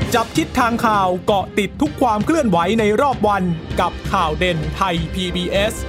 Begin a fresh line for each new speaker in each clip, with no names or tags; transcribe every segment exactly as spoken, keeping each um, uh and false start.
จับทิศทางข่าวเกาะติดทุกความเคลื่อนไหวในรอบวันกับข่าวเด่นไทย พี บี เอส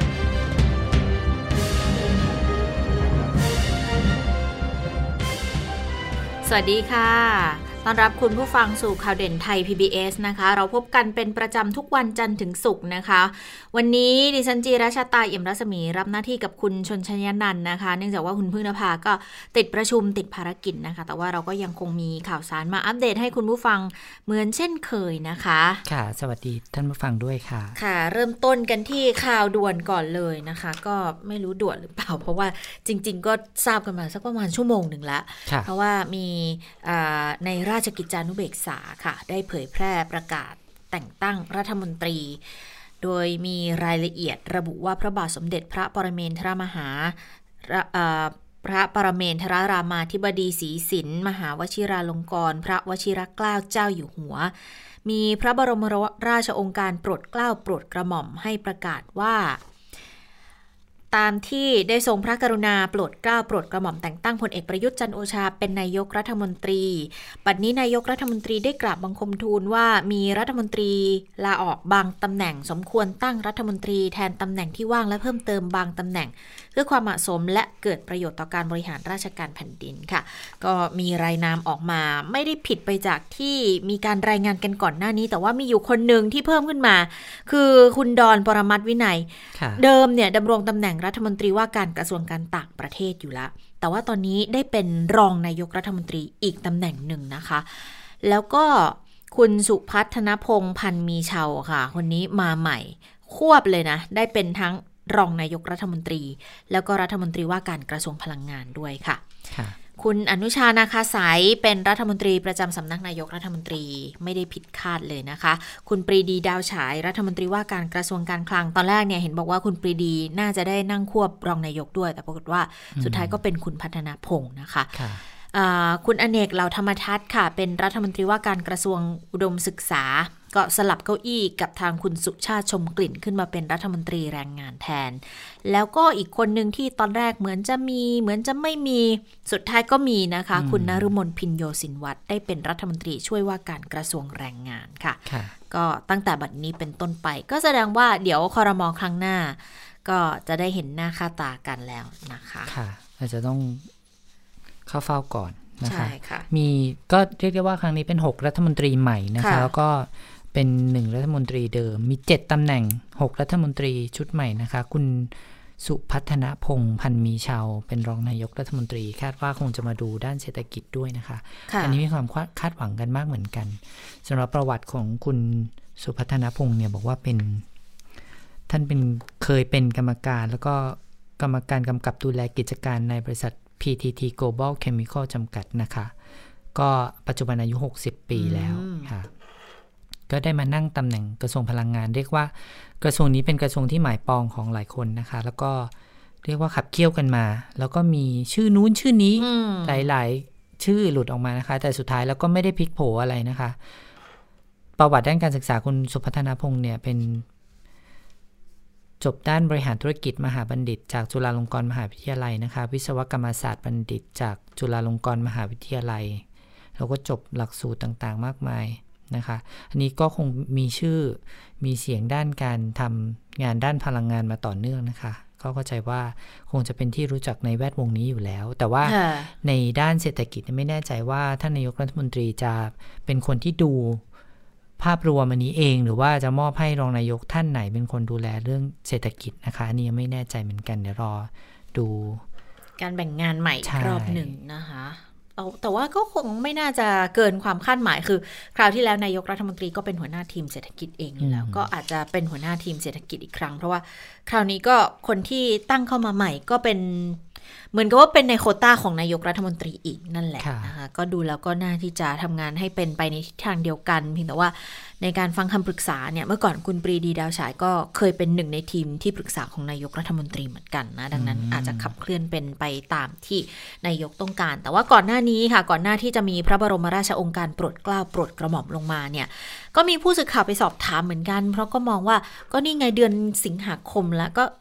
สวัสดีค่ะต้อนรับคุณผู้ฟังสู่ข่าวเด่นไทย พี บี เอส นะคะเราพบกันเป็นประจำทุกวันจันทร์ถึงศุกร์นะคะวันนี้ดิฉันจีราชาตาเอี่ยมรัศมีรับหน้าที่กับคุณชนชยนันท์นะคะเนื่องจากว่าคุณพึ่งนภาก็ติดประชุมติดภารกิจนะคะแต่ว่าเราก็ยังคงมีข่าวสารมาอัปเดตให้คุณผู้ฟังเหมือนเช่นเคยนะคะ
ค่ะสวัสดีท่านผู้ฟังด้วยค่ะ
ค่ะเริ่มต้นกันที่ข่าวด่วนก่อนเลยนะคะก็ไม่รู้ด่วนหรือเปล่าเพราะว่าจริงๆก็ทราบกันมาสักประมาณชั่วโมงหนึ่งแล้วเพราะว่ามีในราชกิจจานุเบกษาค่ะได้เผยแพร่ประกาศแต่งตั้งรัฐมนตรีโดยมีรายละเอียดระบุว่าพระบาทสมเด็จพระปรเมนทรมหาพระปรเมนทรรามาธิบดีศรีสินมหาวชิราลงกรณ์พระวชิรเกล้าเจ้าอยู่หัวมีพระบรมราชโองการโปรดเกล้าโปรดกระหม่อมให้ประกาศว่าตามที่ได้ทรงพระกรุณาโปรดเกล้าโปรดกระหม่อมแต่งตั้งพลเอกประยุทธ์จันทร์โอชาเป็นนายกรัฐมนตรีบัดนี้นายกรัฐมนตรีได้กราบบังคมทูลว่ามีรัฐมนตรีลาออกบางตำแหน่งสมควรตั้งรัฐมนตรีแทนตำแหน่งที่ว่างและเพิ่มเติมบางตำแหน่งเพื่อความเหมาะสมและเกิดประโยชน์ต่อการบริหารราชการแผ่นดินค่ะก็มีรายนามออกมาไม่ได้ผิดไปจากที่มีการรายงานกันก่อนหน้านี้แต่ว่ามีอยู่คนหนึ่งที่เพิ่มขึ้นมาคือคุณดอนปรมัตถ์วินัยเดิมเนี่ยดำรงตำแหน่งรัฐมนตรีว่าการกระทรวงการต่างประเทศอยู่แล้วแต่ว่าตอนนี้ได้เป็นรองนายกรัฐมนตรีอีกตำแหน่งหนึ่งนะคะแล้วก็คุณสุพัฒนพงษ์พันมีเชาค่ะคนนี้มาใหม่ควบเลยนะได้เป็นทั้งรองนายกรัฐมนตรีแล้วก็รัฐมนตรีว่าการกระทรวงพลังงานด้วยค่ะคุณอนุชานาคาสายเป็นรัฐมนตรีประจำสำนักนายกรัฐมนตรีไม่ได้ผิดคาดเลยนะคะคุณปรีดีดาวฉายรัฐมนตรีว่าการกระทรวงการคลังตอนแรกเนี่ยเห็นบอกว่าคุณปรีดีน่าจะได้นั่งควบรองนายกด้วยแต่ปรากฏว่าสุดท้ายก็เป็นคุณพัฒนาพงษ์นะคะคุณอเนกเหล่าธรรมทัศน์ค่ะเป็นรัฐมนตรีว่าการกระทรวงอุดมศึกษาก็สลับเก้าอี้กับทางคุณสุชาติชมกลิ่นขึ้นมาเป็นรัฐมนตรีแรงงานแทนแล้วก็อีกคนนึงที่ตอนแรกเหมือนจะมีเหมือนจะไม่มีสุดท้ายก็มีนะคะคุณนฤมลพินโยสินวัตรได้เป็นรัฐมนตรีช่วยว่าการกระทรวงแรงงานค่ะก็ตั้งแต่บัดนี้เป็นต้นไปก็แสดงว่าเดี๋ยวครม.ครั้งหน้าก็จะได้เห็นหน้าค่าตากันแล้วนะคะ
ค่ะอาจจะต้องเข้าเฝ้าก่อนนะคะมีก็เรียกได้ว่าครั้งนี้เป็นหกรัฐมนตรีใหม่นะคะแล้วก็เป็นหนึ่งรัฐมนตรีเดิมมีเจ็ดตำแหน่งหกรัฐมนตรีชุดใหม่นะคะคุณสุพัฒนพงษ์พันมีเชาเป็นรองนายกรัฐมนตรีคาดว่าคงจะมาดูด้านเศรษฐกิจด้วยนะคะอันนี้มีความคาดหวังกันมากเหมือนกันสำหรับประวัติของคุณสุพัฒนพงษ์เนี่ยบอกว่าเป็นท่านเป็นเคยเป็นกรรมการแล้วก็กรรมการกำกับดูแลกิจการในบริษัท พี ที ที Global Chemical จำกัดนะคะก็ปัจจุบันอายุหกสิบปีแล้วค่ะก็ได้มานั่งตำแหน่งกระทรวงพลังงานเรียกว่ากระทรวงนี้เป็นกระทรวงที่หมายปองของหลายคนนะคะแล้วก็เรียกว่าขับเคี่ยวกันมาแล้วก็มีชื่อนู้นชื่อนี้หลายๆชื่อหลุดออกมานะคะแต่สุดท้ายแล้วก็ไม่ได้พลิกโผอะไรนะคะประวัติด้านการศึกษาคุณสุพัฒนพงษ์เนี่ยเป็นจบด้านบริหารธุรกิจมหาบัณฑิตจากจุฬาลงกรณ์มหาวิทยาลัยนะคะวิศวกรรมศาสตร์บัณฑิตจากจุฬาลงกรณ์มหาวิทยาลัยแล้วก็จบหลักสูตรต่างๆมากมายนะคะอันนี้ก็คงมีชื่อมีเสียงด้านการทำงานด้านพลังงานมาต่อเนื่องนะคะก็เข้าใจว่าคงจะเป็นที่รู้จักในแวดวงนี้อยู่แล้วแต่ว่าในด้านเศรษฐกิจไม่แน่ใจว่าท่านนายกรัฐมนตรีจะเป็นคนที่ดูภาพรวมอันนี้เองหรือว่าจะมอบให้รองนายกท่านไหนเป็นคนดูแลเรื่องเศรษฐกิจนะคะอันนี้ยังไม่แน่ใจเหมือนกันเดี๋ยวรอดู
การแบ่งงานใหม่รอบหนึ่งนะคะแต่ว่าก็คงไม่น่าจะเกินความคาดหมายคือคราวที่แล้วนายกรัฐมนตรีก็เป็นหัวหน้าทีมเศรษฐกิจเองอยู่แล้วก็อาจจะเป็นหัวหน้าทีมเศรษฐกิจอีกครั้งเพราะว่าคราวนี้ก็คนที่ตั้งเข้ามาใหม่ก็เป็นเหมือนกับว่าเป็นในโควต้าของนายกรัฐมนตรีอีกนั่นแหละนะคะก็ดูแล้วก็น่าที่จะทำงานให้เป็นไปในทิศทางเดียวกันเพียงแต่ว่าในการฟังคำปรึกษาเนี่ยเมื่อก่อนคุณปรีดีดาวฉายก็เคยเป็นหนึ่งในทีมที่ปรึกษาของนายกรัฐมนตรีเหมือนกันนะดังนั้นอาจจะขับเคลื่อนเป็นไปตามที่นายกต้องการแต่ว่าก่อนหน้านี้ค่ะก่อนหน้าที่จะมีพระบรมราชโองการโปรดเกล้าโปรดกระหม่อมลงมาเนี่ยก็มีผู้สื่อข่าวไปสอบถามเหมือนกันเพราะก็มองว่าก็นี่ไงเดือนสิงหาคมแล้วก็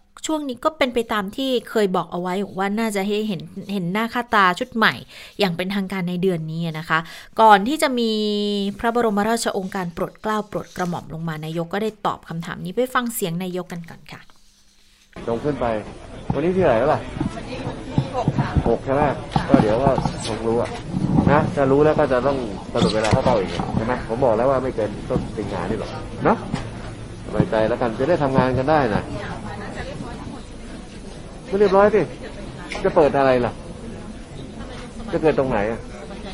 ช่วงนี้ก็เป็นไปตามที่เคยบอกเอาไว้ว่าน่าจะให้เห็นเห็นหน้าค่าตาชุดใหม่อย่างเป็นทางการในเดือนนี้นะคะก่อนที่จะมีพระบรมราชโองการโปรดเกล้าโปรดกระหม่อมลงมานายกก็ได้ตอบคำถามนี้ไปฟังเสียงนายกกันก่อนค่ะ
ตรงขึ้นไปวันนี้ที่ไหนแล้วล่ะหกค่ะหกใช่ไหมก็เดี๋ยวก็คงรู้อะนะจะรู้แล้วก็จะต้องกำหนดเวลาเข้าเป้าอีกใช่ไหมผมบอกแล้วว่าไม่เกินต้นสิงหานี่หรอกเนาะสบายใจแล้วกันจะได้ทำงานกันได้นะไม่เรียบร้อยสิจะเปิดอะไรล่ะจะเกิดตรงไหนอ่ะ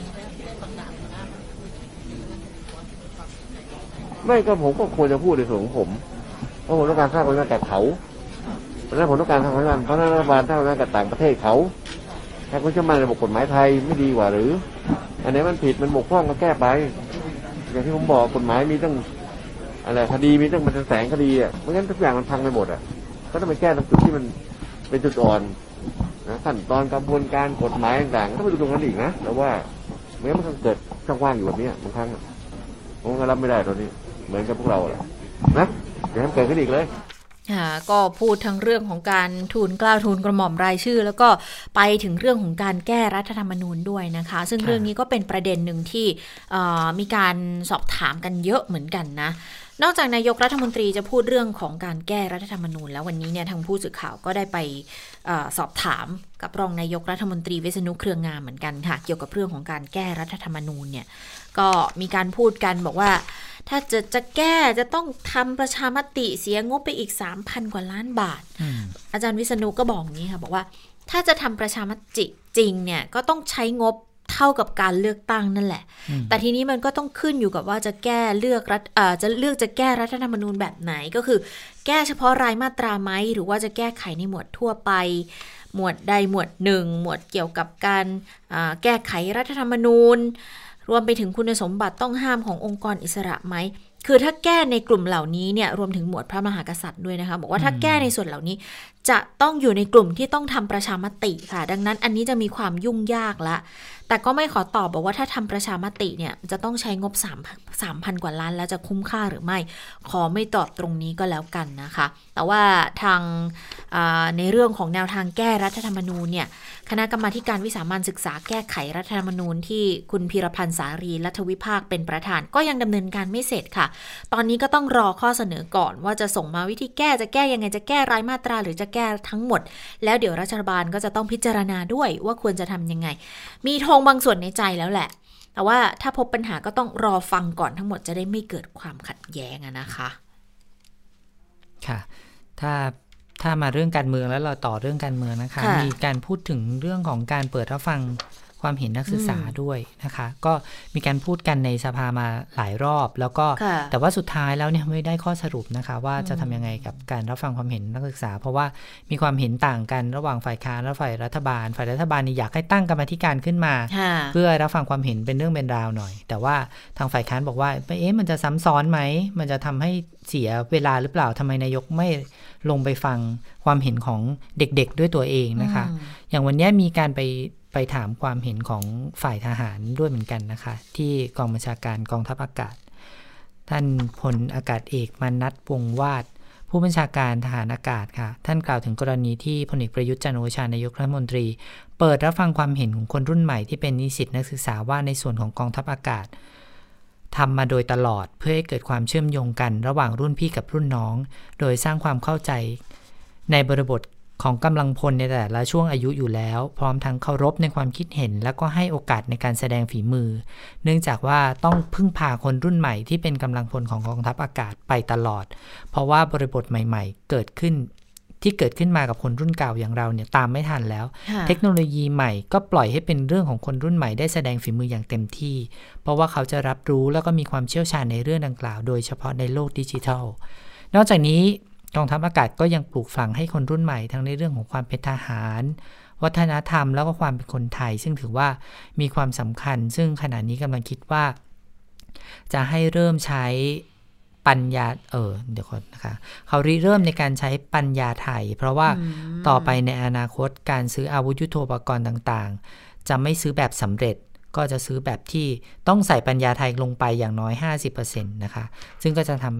ไม่ก็ผมก็ควรจะพูดในส่วนของผมเพราะผมต้องการสร้างความสัมพันธ์กับเขาเพราะฉะนั้นผมต้องการทำงานเพราะรัฐบาลสร้างความสัมพันธ์กับต่างประเทศเขาถ้าคุณเชื่อมั่นในระบบกฎหมายไทยไม่ดีกว่าหรืออันไหนมันผิดมันบกพร่องก็แก้ไปอย่างที่ผมบอกกฎหมายมีตั้งอะไรคดีมีตั้งมันแสงคดีอ่ะไม่งั้นทุกอย่างมันพังไปหมดอ่ะก็ต้องไปแก้ตรงจุดที่มันเป็นจุดอ่อนนะขั้นตอนกระบวนการกฎหมายต่างๆต้องไปดูตรงนั้นอีกนะแล้วว่าไม่งั้นมันเกิดช่องว่างอยู่แบบนี้บางครั้งผมก็รับไม่ได้ตอนนี้เหมือนกับพวกเราแหละนะอย่าให้มันเกิดขึ้นอีกเลย
ค่ะก็พูดทั้งเรื่องของการทูลเกล้าทูลกระหม่อมรายชื่อแล้วก็ไปถึงเรื่องของการแก้รัฐธรรมนูญด้วยนะคะซึ่งเรื่องนี้ก็เป็นประเด็นหนึ่งที่มีการสอบถามกันเยอะเหมือนกันนะนอกจากนายกรัฐมนตรีจะพูดเรื่องของการแก้รัฐธรรมนูญแล้ววันนี้เนี่ยทางผู้สื่อข่าวก็ได้ไปเอ่อสอบถามกับรองนายกรัฐมนตรีวิษณุเครืองามเหมือนกันค่ะเกี่ยวกับเรื่องของการแก้รัฐธรรมนูญเนี่ยก็มีการพูดกันบอกว่าถ้าจะจะแก้จะต้องทำประชามติเสียงบไปอีก สามพัน กว่าล้านบาท อ, อาจารย์วิษณุก็บอกอย่างนี้ค่ะบอกว่าถ้าจะทำประชามติจริงเนี่ยก็ต้องใช้งบเท่ากับการเลือกตั้งนั่นแหละแต่ทีนี้มันก็ต้องขึ้นอยู่กับว่าจะแก้เลือกรัฐเอ่อจะเลือกจะแก้รัฐธรรมนูญแบบไหนก็คือแก้เฉพาะรายมาตราไหมหรือว่าจะแก้ไขในหมวดทั่วไปหมวดใดหมวดหนึ่งหมวดเกี่ยวกับการแก้ไขรัฐธรรมนูญรวมไปถึงคุณสมบัติต้องห้ามขององค์กรอิสระไหมคือถ้าแก้ในกลุ่มเหล่านี้เนี่ยรวมถึงหมวดพระมหากษัตริย์ด้วยนะคะบอกว่าถ้าแก้ในส่วนเหล่านี้จะต้องอยู่ในกลุ่มที่ต้องทำประชามติค่ะดังนั้นอันนี้จะมีความยุ่งยากละแต่ก็ไม่ขอตอบบอกว่าถ้าทำประชามติเนี่ยจะต้องใช้งบสามพันกว่าล้านแล้วจะคุ้มค่าหรือไม่ขอไม่ตอบตรงนี้ก็แล้วกันนะคะแต่ว่าทางในเรื่องของแนวทางแก้รัฐธรรมนูญเนี่ยคณะกรรมาการวิสามัญศึกษาแก้ไขรัฐธรรมนูญที่คุณพีรพันธ์สารีรัฐวิภาคเป็นประธานก็ยังดำเนินการไม่เสร็จค่ะตอนนี้ก็ต้องรอข้อเสนอก่อนว่าจะส่งมาวิธีแก้จะแก้ยังไงจะแก้รายมาตราหรือจะแก้ทั้งหมดแล้วเดี๋ยวรัฐบาลก็จะต้องพิจารณาด้วยว่าควรจะทำยังไงมีธงบางส่วนในใจแล้วแหละแต่ว่าถ้าพบปัญหาก็ต้องรอฟังก่อนทั้งหมดจะได้ไม่เกิดความขัดแย้งนะคะ
ค่ะถ้าถ้ามาเรื่องการเมืองแล้วเราต่อเรื่องการเมืองนะคะมีการพูดถึงเรื่องของการเปิดรับฟังความเห็นนักศึกษาด้วยนะคะก็มีการพูดกันในสภามาหลายรอบแล้วก็แต่ว่าสุดท้ายแล้วเนี่ยไม่ได้ข้อสรุปนะคะว่าจะทำยังไงกับการรับฟังความเห็นนักศึกษาเพราะว่ามีความเห็นต่างกันระหว่างฝ่ายค้านและฝ่ายรัฐบาลฝ่ายรัฐบาลนี่อยากให้ตั้งกรรมาธิการขึ้นมาเพื่อรับฟังความเห็นเป็นเรื่องเป็นราวหน่อยแต่ว่าทางฝ่ายค้านบอกว่าเอ๊ะมันจะซ้ำซ้อนไหมมันจะทำให้เสียเวลาหรือเปล่าทำไมนายกไม่ลงไปฟังความเห็นของเด็กๆด้วยตัวเองนะคะอย่างวันนี้มีการไปไปถามความเห็นของฝ่ายทหารด้วยเหมือนกันนะคะที่กองบัญชาการกองทัพอากาศท่านพลอากาศเอกมานัส วงศ์วาดผู้บัญชาการทหารอากาศค่ะท่านกล่าวถึงกรณีที่พลเอกประยุทธ์จันทร์โอชานายกรัฐมนตรีเปิดรับฟังความเห็นของคนรุ่นใหม่ที่เป็นนิสิตนักศึกษาว่าในส่วนของกองทัพอากาศทำมาโดยตลอดเพื่อให้เกิดความเชื่อมโยงกันระหว่างรุ่นพี่กับรุ่นน้องโดยสร้างความเข้าใจในบริบทของกำลังพลในแต่ละช่วงอายุอยู่แล้วพร้อมทั้งเคารพในความคิดเห็นและก็ให้โอกาสในการแสดงฝีมือเนื่องจากว่าต้องพึ่งพาคนรุ่นใหม่ที่เป็นกำลังพลของกองทัพอากาศไปตลอดเพราะว่าบริบทใหม่ๆเกิดขึ้นที่เกิดขึ้นมากับคนรุ่นเก่าอย่างเราเนี่ยตามไม่ทันแล้วเทคโนโลยีใหม่ก็ปล่อยให้เป็นเรื่องของคนรุ่นใหม่ได้แสดงฝีมืออย่างเต็มที่เพราะว่าเขาจะรับรู้แล้วก็มีความเชี่ยวชาญในเรื่องดังกล่าวโดยเฉพาะในโลกดิจิทัลนอกจากนี้กองทัพอากาศก็ยังปลูกฝังให้คนรุ่นใหม่ทั้งในเรื่องของความเป็นทหารวัฒนธรรมแล้วก็ความเป็นคนไทยซึ่งถือว่ามีความสำคัญซึ่งขณะนี้กำลังคิดว่าจะให้เริ่มใช้ปัญญาเออเดี๋ยวก่อนนะคะเขาริเริ่มในการใช้ปัญญาไทยเพราะว่าต่อไปในอนาคตการซื้ออาวุธยุทโธปกรณ์ต่างๆจะไม่ซื้อแบบสำเร็จก็จะซื้อแบบที่ต้องใส่ปัญญาไทยลงไปอย่างน้อย ห้าสิบเปอร์เซ็นต์ นะคะซึ่งก็จะทำ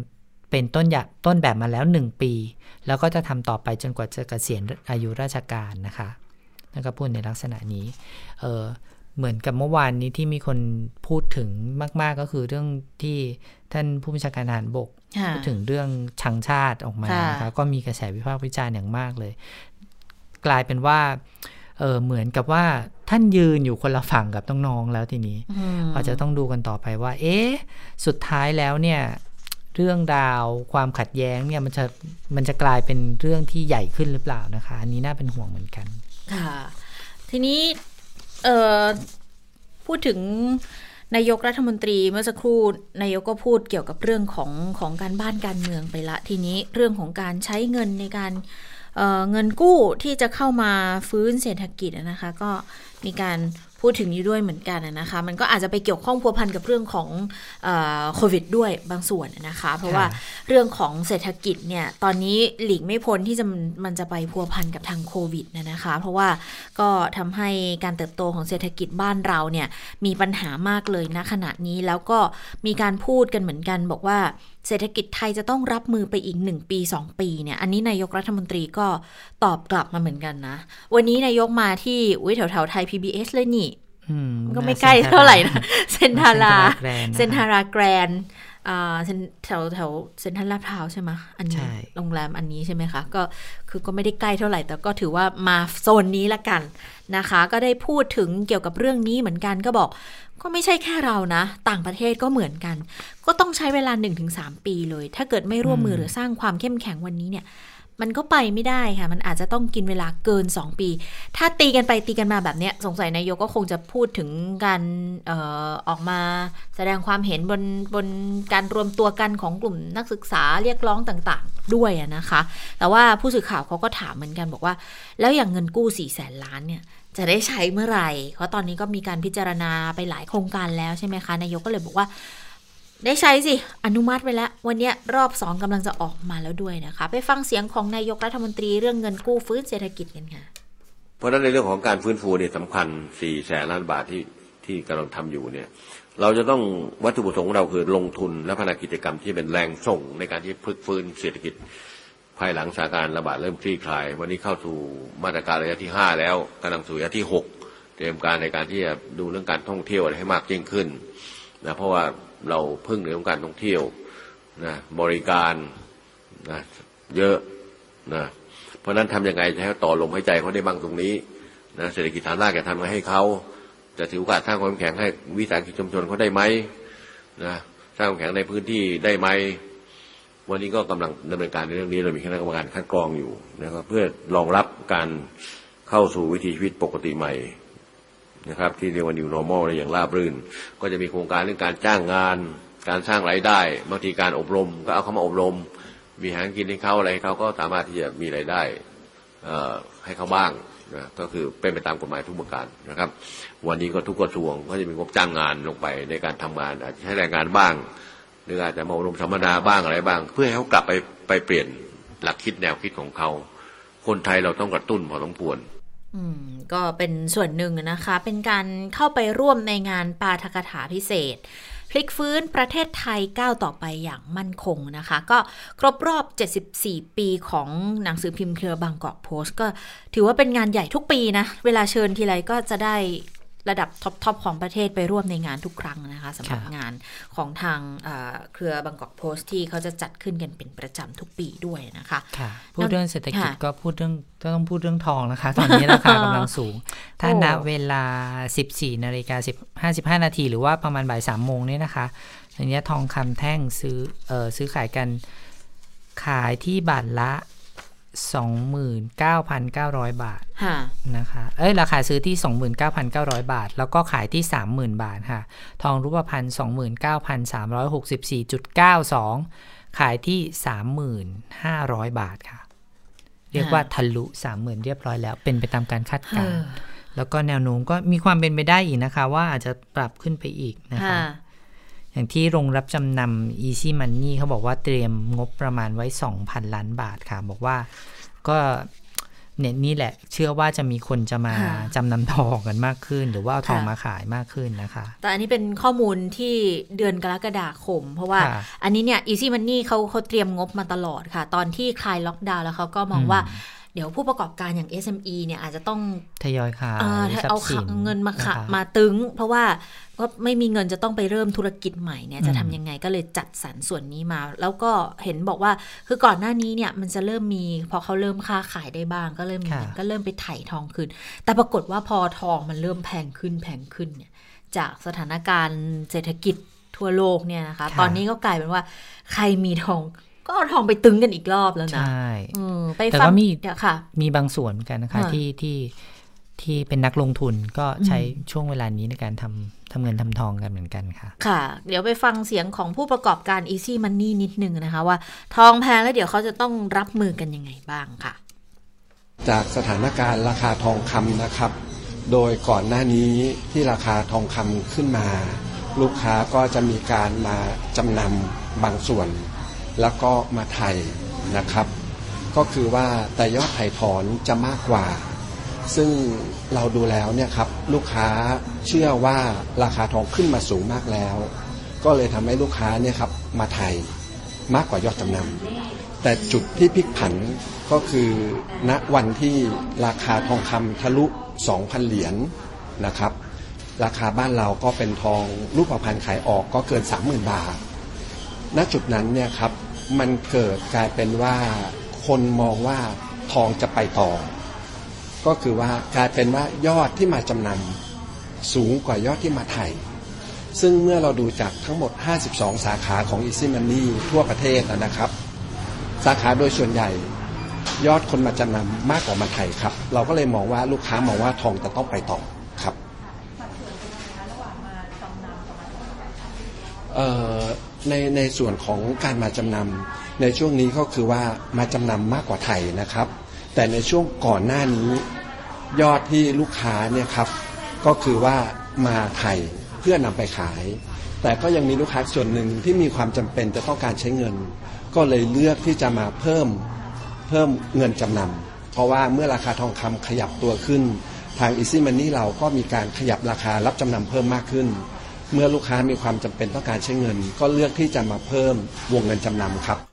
เป็นต้นแบบต้นแบบมาแล้วหนึ่งปีแล้วก็จะทำต่อไปจนกว่าจะเกษียณอายุราชการนะคะแล้วก็พูดในลักษณะนี้เออเหมือนกับเมื่อวานนี้ที่มีคนพูดถึงมากๆก็คือเรื่องที่ท่านผู้บัญชาการทหารบกพูดถึงเรื่องชังชาติออกมานะคะก็มีกระแสวิพากษ์วิจารณ์อย่างมากเลยกลายเป็นว่าเออเหมือนกับว่าท่านยืนอยู่คนละฝั่งกับน้องๆแล้วทีนี้อาจจะต้องดูกันต่อไปว่าเอ๊ะสุดท้ายแล้วเนี่ยเรื่องราวความขัดแย้งเนี่ยมันจะมันจะกลายเป็นเรื่องที่ใหญ่ขึ้นหรือเปล่านะคะอันนี้น่าเป็นห่วงเหมือนกัน
ค่ะทีนี้เอ่อพูดถึงนายกรัฐมนตรีเมื่อสักครู่นายกก็พูดเกี่ยวกับเรื่องของของการบ้านการเมืองไปละทีนี้เรื่องของการใช้เงินในการเอ่อเงินกู้ที่จะเข้ามาฟื้นเศรษฐกิจนะคะก็มีการพูดถึงอยู่ด้วยเหมือนกันนะคะมันก็อาจจะไปเกี่ยวข้องพัวพันกับเรื่องของเอ่อโควิดด้วยบางส่วนนะคะเพราะว่าเรื่องของเศรษฐกิจเนี่ยตอนนี้หลีกไม่พ้นที่จะมันจะไปพัวพันกับทางโควิดนะคะเพราะว่าก็ทำให้การเติบโตของเศรษฐกิจบ้านเราเนี่ยมีปัญหามากเลยณขณะนี้แล้วก็มีการพูดกันเหมือนกันบอกว่าเศรษฐกิจไทยจะต้องรับมือไปอีกหนึ่งปีสองปีเนี่ยอันนี้นายกรัฐมนตรีก็ตอบกลับมาเหมือนกันนะวันนี้นายกมาที่อุ้ยแถวๆไทย พี บี เอส เลยนี่ก็ไม่ใกล้เท่าไหร่นะเซนทาราเซนทาราแกรนด์แถวแถวเซ็นทรัลลาดพร้าวใช่ไหมอันนี้โรงแรมอันนี้ใช่ไหมคะก็คือก็ไม่ได้ใกล้เท่าไหร่แต่ก็ถือว่ามาโซนนี้ละกันนะคะก็ได้พูดถึงเกี่ยวกับเรื่องนี้เหมือนกันก็บอกก็ไม่ใช่แค่เรานะต่างประเทศก็เหมือนกันก็ต้องใช้เวลา หนึ่งถึงสาม ปีเลยถ้าเกิดไม่ร่วมมือหรือสร้างความเข้มแข็งวันนี้เนี่ยมันก็ไปไม่ได้ค่ะมันอาจจะต้องกินเวลาเกินสองปีถ้าตีกันไปตีกันมาแบบนี้สงสัยนายกก็คงจะพูดถึงการเอ่อออกมาแสดงความเห็นบนบนการรวมตัวกันของกลุ่มนักศึกษาเรียกร้องต่างๆด้วยนะคะแต่ว่าผู้สื่อข่าวเขาก็ถามเหมือนกันบอกว่าแล้วอย่างเงินกู้สี่แสนล้านเนี่ยจะได้ใช้เมื่อไหร่เพราะตอนนี้ก็มีการพิจารณาไปหลายโครงการแล้วใช่ไหมคะนายกก็เลยบอกว่าได้ใช้สิอนุมัติไปแล้ววันนี้รอบสองกำลังจะออกมาแล้วด้วยนะคะไปฟังเสียงของนายกรัฐมนตรีเรื่องเงินกู้ฟื้นเศรษฐกิจกันค่ะ
เพราะฉะนั้นในเรื่องของการฟื้นฟูเนี่ยสำคัญสี่แสนล้านบาทที่ที่กำลังทำอยู่เนี่ยเราจะต้องวัตถุประสงค์ของเราคือลงทุนและพัฒนากิจกรรมที่เป็นแรงส่งในการที่พลิกฟื้นเศรษฐกิจภายหลังสถานการณ์ระบาดเริ่มคลี่คลายวันนี้เข้าสู่มาตรการระยะที่ห้าแล้วกำลังสู่ระยะที่หกเตรียมการในการที่จะดูเรื่องการท่องเที่ยวให้มากยิ่งขึ้นนะเพราะว่าเราพึ่งในเรื่องการท่องเที่ยวนะบริการนะเยอะนะเพราะนั้นทำยังไงจะให้ต่อลมหายใจเขาได้บ้างตรงนี้นะเศรษฐกิจฐานรากจะทำให้เขาจะถือโอกาสสร้างความแข็งให้วิสาหกิจชุมชนเขาได้ไหมนะสร้างความแข็งในพื้นที่ได้ไหมวันนี้ก็กำลังดำเนินการในเรื่องนี้เรามีคณะกรรมการคัดกรองอยู่นะครับเพื่อรองรับการเข้าสู่วิถีชีวิตปกติใหม่นะครับที่เรียกว่า New Normal อะไรอย่างราบรื่นก็จะมีโครงการเรื่องการจ้างงานการสร้างรายได้บางทีการอบรมก็เอาเขามาอบรมมีอาหารกินให้เขาอะไรเขาก็สามารถที่จะมีรายได้ให้เขาบ้างนะก็คือเป็นไปตามกฎหมายทุกประการนะครับวันนี้ก็ทุกกระทรวงก็จะมีงบจ้างงานลงไปในการทำงานอาจจะใช้แรงงานบ้างหรืออาจจะมาอบรมสัมมนาบ้างอะไรบ้างเพื่อให้เขากลับไปไปเปลี่ยนหลักคิดแนวคิดของเขาคนไทยเราต้องกระตุ้นพอสมควร
อืมก็เป็นส่วนหนึ่งนะคะเป็นการเข้าไปร่วมในงานปาฐกถาพิเศษพลิกฟื้นประเทศไทยก้าวต่อไปอย่างมั่นคงนะคะก็ครบรอบเจ็ดสิบสี่ปีของหนังสือพิมพ์เครือบางกอกโพสต์ก็ถือว่าเป็นงานใหญ่ทุกปีนะเวลาเชิญทีไรก็จะได้ระดับท็อปๆของประเทศไปร่วมในงานทุกครั้งนะคะสำหรับงานของทางเครือบางกอกโพสต์ที่เขาจะจัดขึ้นกันเป็นประจำทุกปีด้วยนะคะ
พูดเรื่องเศรษฐกิจก็พูดเรื่องต้องพูดเรื่องทองนะคะตอนนี้ราคากำลังสูงถ้าณเวลา สิบสี่นาฬิกาห้าสิบห้านาทีหรือว่าประมาณบ่ายสามโมงนี่นะคะอันนี้ทองคำแท่งซื้อเอ่อซื้อขายกันขายที่บาทละ สองหมื่นเก้าพันเก้าร้อย บาทนะคะเอ้ยราคาซื้อที่ สองหมื่นเก้าพันเก้าร้อย บาทแล้วก็ขายที่ สามหมื่น บาทค่ะทองรูปพรรณ สองหมื่นเก้าพันสามร้อยหกสิบสี่จุดเก้าสอง ขายที่ สามหมื่นห้าร้อย บาทค่ะเรียกว่าทะลุ สามหมื่น เรียบร้อยแล้วเป็นไปตามการคาดการณ์แล้วก็แนวโน้มก็มีความเป็นไปได้อีกนะคะว่าอาจจะปรับขึ้นไปอีกนะคะอย่างที่โรงรับจำนำ Easy Money เขาบอกว่าเตรียมงบประมาณไว้ สองพัน ล้านบาทค่ะบอกว่าก็เนี่ยนี่แหละเชื่อว่าจะมีคนจะมาจำนำทองกันมากขึ้นหรือว่าเอาทองมาขายมากขึ้นนะคะ
แต่อันนี้เป็นข้อมูลที่เดือนกรกฎาคมเพราะว่าอันนี้เนี่ย Easy Money เขาเขาเตรียมงบมาตลอดค่ะตอนที่คลายล็อกดาวน์แล้วเขาก็มองว่าเดี๋ยวผู้ประกอบการอย่าง เอส เอ็ม อี เนี่ยอาจจะต้อง
ทยอยขาย
เอาเงินมาขะมาตึงเพราะว่าก็ไม่มีเงินจะต้องไปเริ่มธุรกิจใหม่เนี่ยจะทำยังไงก็เลยจัดสรรส่วนนี้มาแล้วก็เห็นบอกว่าคือก่อนหน้านี้เนี่ยมันจะเริ่มมีพอเขาเริ่มค้าขายได้บ้างก็เริ่มก็เริ่มไปไถ่ทองขึ้นแต่ปรากฏว่าพอทองมันเริ่มแพงขึ้นแพงขึ้นเนี่ยจากสถานการณ์เศรษฐกิจทั่วโลกเนี่ยนะคะตอนนี้ก็กลายเป็นว่าใครมีทองก็เอาทองไปตึงกันอีกรอบแล้วนะ
ใช่
ไป
แต่
ก็
มีมีบางส่วนเหมือนกันนะคะที่ที่ที่เป็นนักลงทุนก็ใช้ช่วงเวลานี้ในการทำทำเงินทำทองกันเหมือนกันค่ะ
ค่ะเดี๋ยวไปฟังเสียงของผู้ประกอบการ Easy Money นิดนึงนะคะว่าทองแพงแล้วเดี๋ยวเขาจะต้องรับมือกันยังไงบ้างค่ะ
จากสถานการณ์ราคาทองคำนะครับโดยก่อนหน้านี้ที่ราคาทองคำขึ้นมาลูกค้าก็จะมีการมาจำนำบางส่วนแล้วก็มาไถ่นะครับก็คือว่าแต่ยอดไถ่ถอนจะมากกว่าซึ่งเราดูแล้วเนี่ยครับลูกค้าเชื่อว่าราคาทองขึ้นมาสูงมากแล้วก็เลยทำให้ลูกค้าเนี่ยครับมาไถ่มากกว่ายอดจำนำแต่จุดที่พลิกผันก็คือณวันที่ราคาทองคำทะลุ สองพัน เหรียญนะครับราคาบ้านเราก็เป็นทองรูปพรรณขายออกก็เกิน สามหมื่น บาทณจุดนั้นเนี่ยครับมันเกิดกลายเป็นว่าคนมองว่าทองจะไปต่อก็คือว่ากลายเป็นว่ายอดที่มาจำนำสูงกว่ายอดที่มาไถ่ซึ่งเมื่อเราดูจากทั้งหมดห้าสิบสองสาขาของ Easy Money ทั่วประเทศนะครับสาขาโดยส่วนใหญ่ยอดคนมาจำนำมากกว่ามาไถ่ครับเราก็เลยมองว่าลูกค้ามองว่าทองจะต้องไปต่อครับในในส่วนของการมาจำนำในช่วงนี้ก็คือว่ามาจำนำมากกว่าไทยนะครับแต่ในช่วงก่อนหน้านี้ยอดที่ลูกค้าเนี่ยครับก็คือว่ามาไทยเพื่อนำไปขายแต่ก็ยังมีลูกค้าส่วนหนึ่งที่มีความจำเป็นจะต้องการใช้เงินก็เลยเลือกที่จะมาเพิ่มเพิ่มเงินจำนำเพราะว่าเมื่อราคาทองคำขยับตัวขึ้นทาง Easy Money เราก็มีการขยับราคารับจำนำเพิ่มมากขึ้นเมื่อลูกค้ามีความจำเป็นต้องการใช้เงินก็เลือกที่จะมาเพิ่มวงเงินจำนำครับ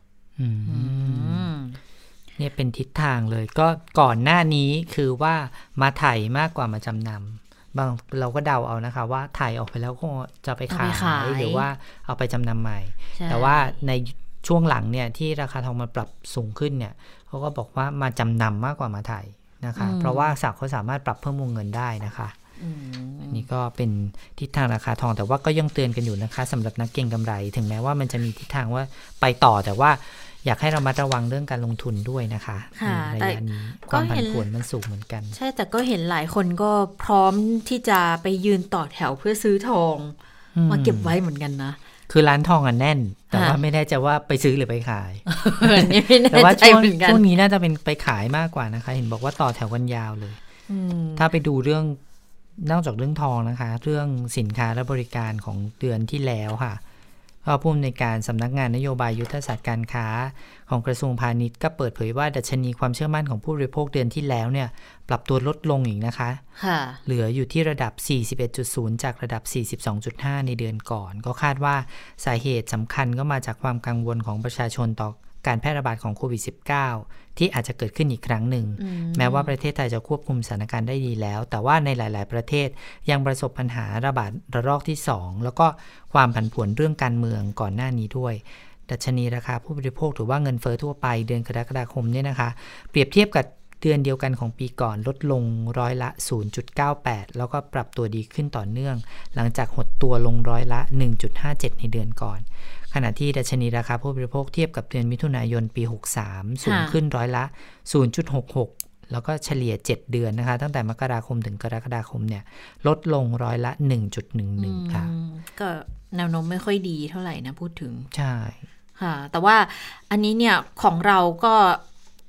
เนี่ยเป็นทิศทางเลยก็ก่อนหน้านี้คือว่ามาไถ่มากกว่ามาจำนำบางเราก็เดาเอานะคะว่าไถ่ออกไปแล้วก็จะไปขายหรือว่าเอาไปจำนำใหม่แต่ว่าในช่วงหลังเนี่ยที่ราคาทองมันปรับสูงขึ้นเนี่ยเขาก็บอกว่ามาจำนำมากกว่ามาไถ่นะคะเพราะว่าสักเขาสามารถปรับเพิ่มวงเงินได้นะคะอันนี้ก็เป็นทิศทางราคาทองแต่ว่าก็ยังเตือนกันอยู่นะคะสำหรับนักเก็งกำไรถึงแม้ว่ามันจะมีทิศทางว่าไปต่อแต่ว่าอยากให้เรามาระวังเรื่องการลงทุนด้วยนะคะในระยะนี้ความผันผวนมันสูงเหมือนกัน
ใช่แต่ก็เห็นหลายคนก็พร้อมที่จะไปยืนต่อแถวเพื่อซื้อทองมาเก็บไว้เหมือนกันนะ
คือร้านทองอ่ะแน่นแต่ว่าไม่แน่ใจว่าไปซื้อหรือไปขายแต่ว่าช่วงช่วงนี้น่าจะเป็นไปขายมากกว่านะคะเห็นบอกว่าต่อแถวกันยาวเลยถ้าไปดูเรื่องนอกจากเรื่องทองนะคะเรื่องสินค้าและบริการของเดือนที่แล้วค่ะก็ผู้อำนวยการสำนักงานนโยบายยุทธศาสตร์การค้าของกระทรวงพาณิชย์ก็เปิดเผยว่าดัชนีความเชื่อมั่นของผู้บริโภคเดือนที่แล้วเนี่ยปรับตัวลดลงอีกนะคะเหลืออยู่ที่ระดับ สี่สิบเอ็ดจุดศูนย์ จากระดับ สี่สิบสองจุดห้า ในเดือนก่อนก็คาดว่าสาเหตุสำคัญก็มาจากความกังวลของประชาชนต่อการแพร่ระบาดของโควิด สิบเก้า ที่อาจจะเกิดขึ้นอีกครั้งหนึ่งแม้ว่าประเทศไทยจะควบคุมสถานการณ์ได้ดีแล้วแต่ว่าในหลายๆประเทศยังประสบปัญหาระบาดระลอกที่สองแล้วก็ความผันผวนเรื่องการเมืองก่อนหน้านี้ด้วยดัชนีราคาผู้บริโภคหรือว่าเงินเฟ้อทั่วไปเดือนกรกฎาคมเนี่ยนะคะเปรียบเทียบกับเดือนเดียวกันของปีก่อนลดลงร้อยละ ศูนย์จุดเก้าแปด แล้วก็ปรับตัวดีขึ้นต่อเนื่องหลังจากหดตัวลงร้อยละ หนึ่งจุดห้าเจ็ด ในเดือนก่อนขณะที่ดัชนีราคาผู้บริโภคเทียบกับเดือนมิถุนายนปีหกสิบสามสูงขึ้นร้อยละ ศูนย์จุดหกหก แล้วก็เฉลี่ยเจ็ดเดือนนะคะตั้งแต่มกราคมถึงกรกฎาคมเนี่ยลดลงร้อยละ หนึ่งจุดหนึ่งหนึ่ง ค่ะ
ก็แนวโน้มไม่ค่อยดีเท่าไหร่นะพูดถึง
ใช่
ค่ะแต่ว่าอันนี้เนี่ยของเราก็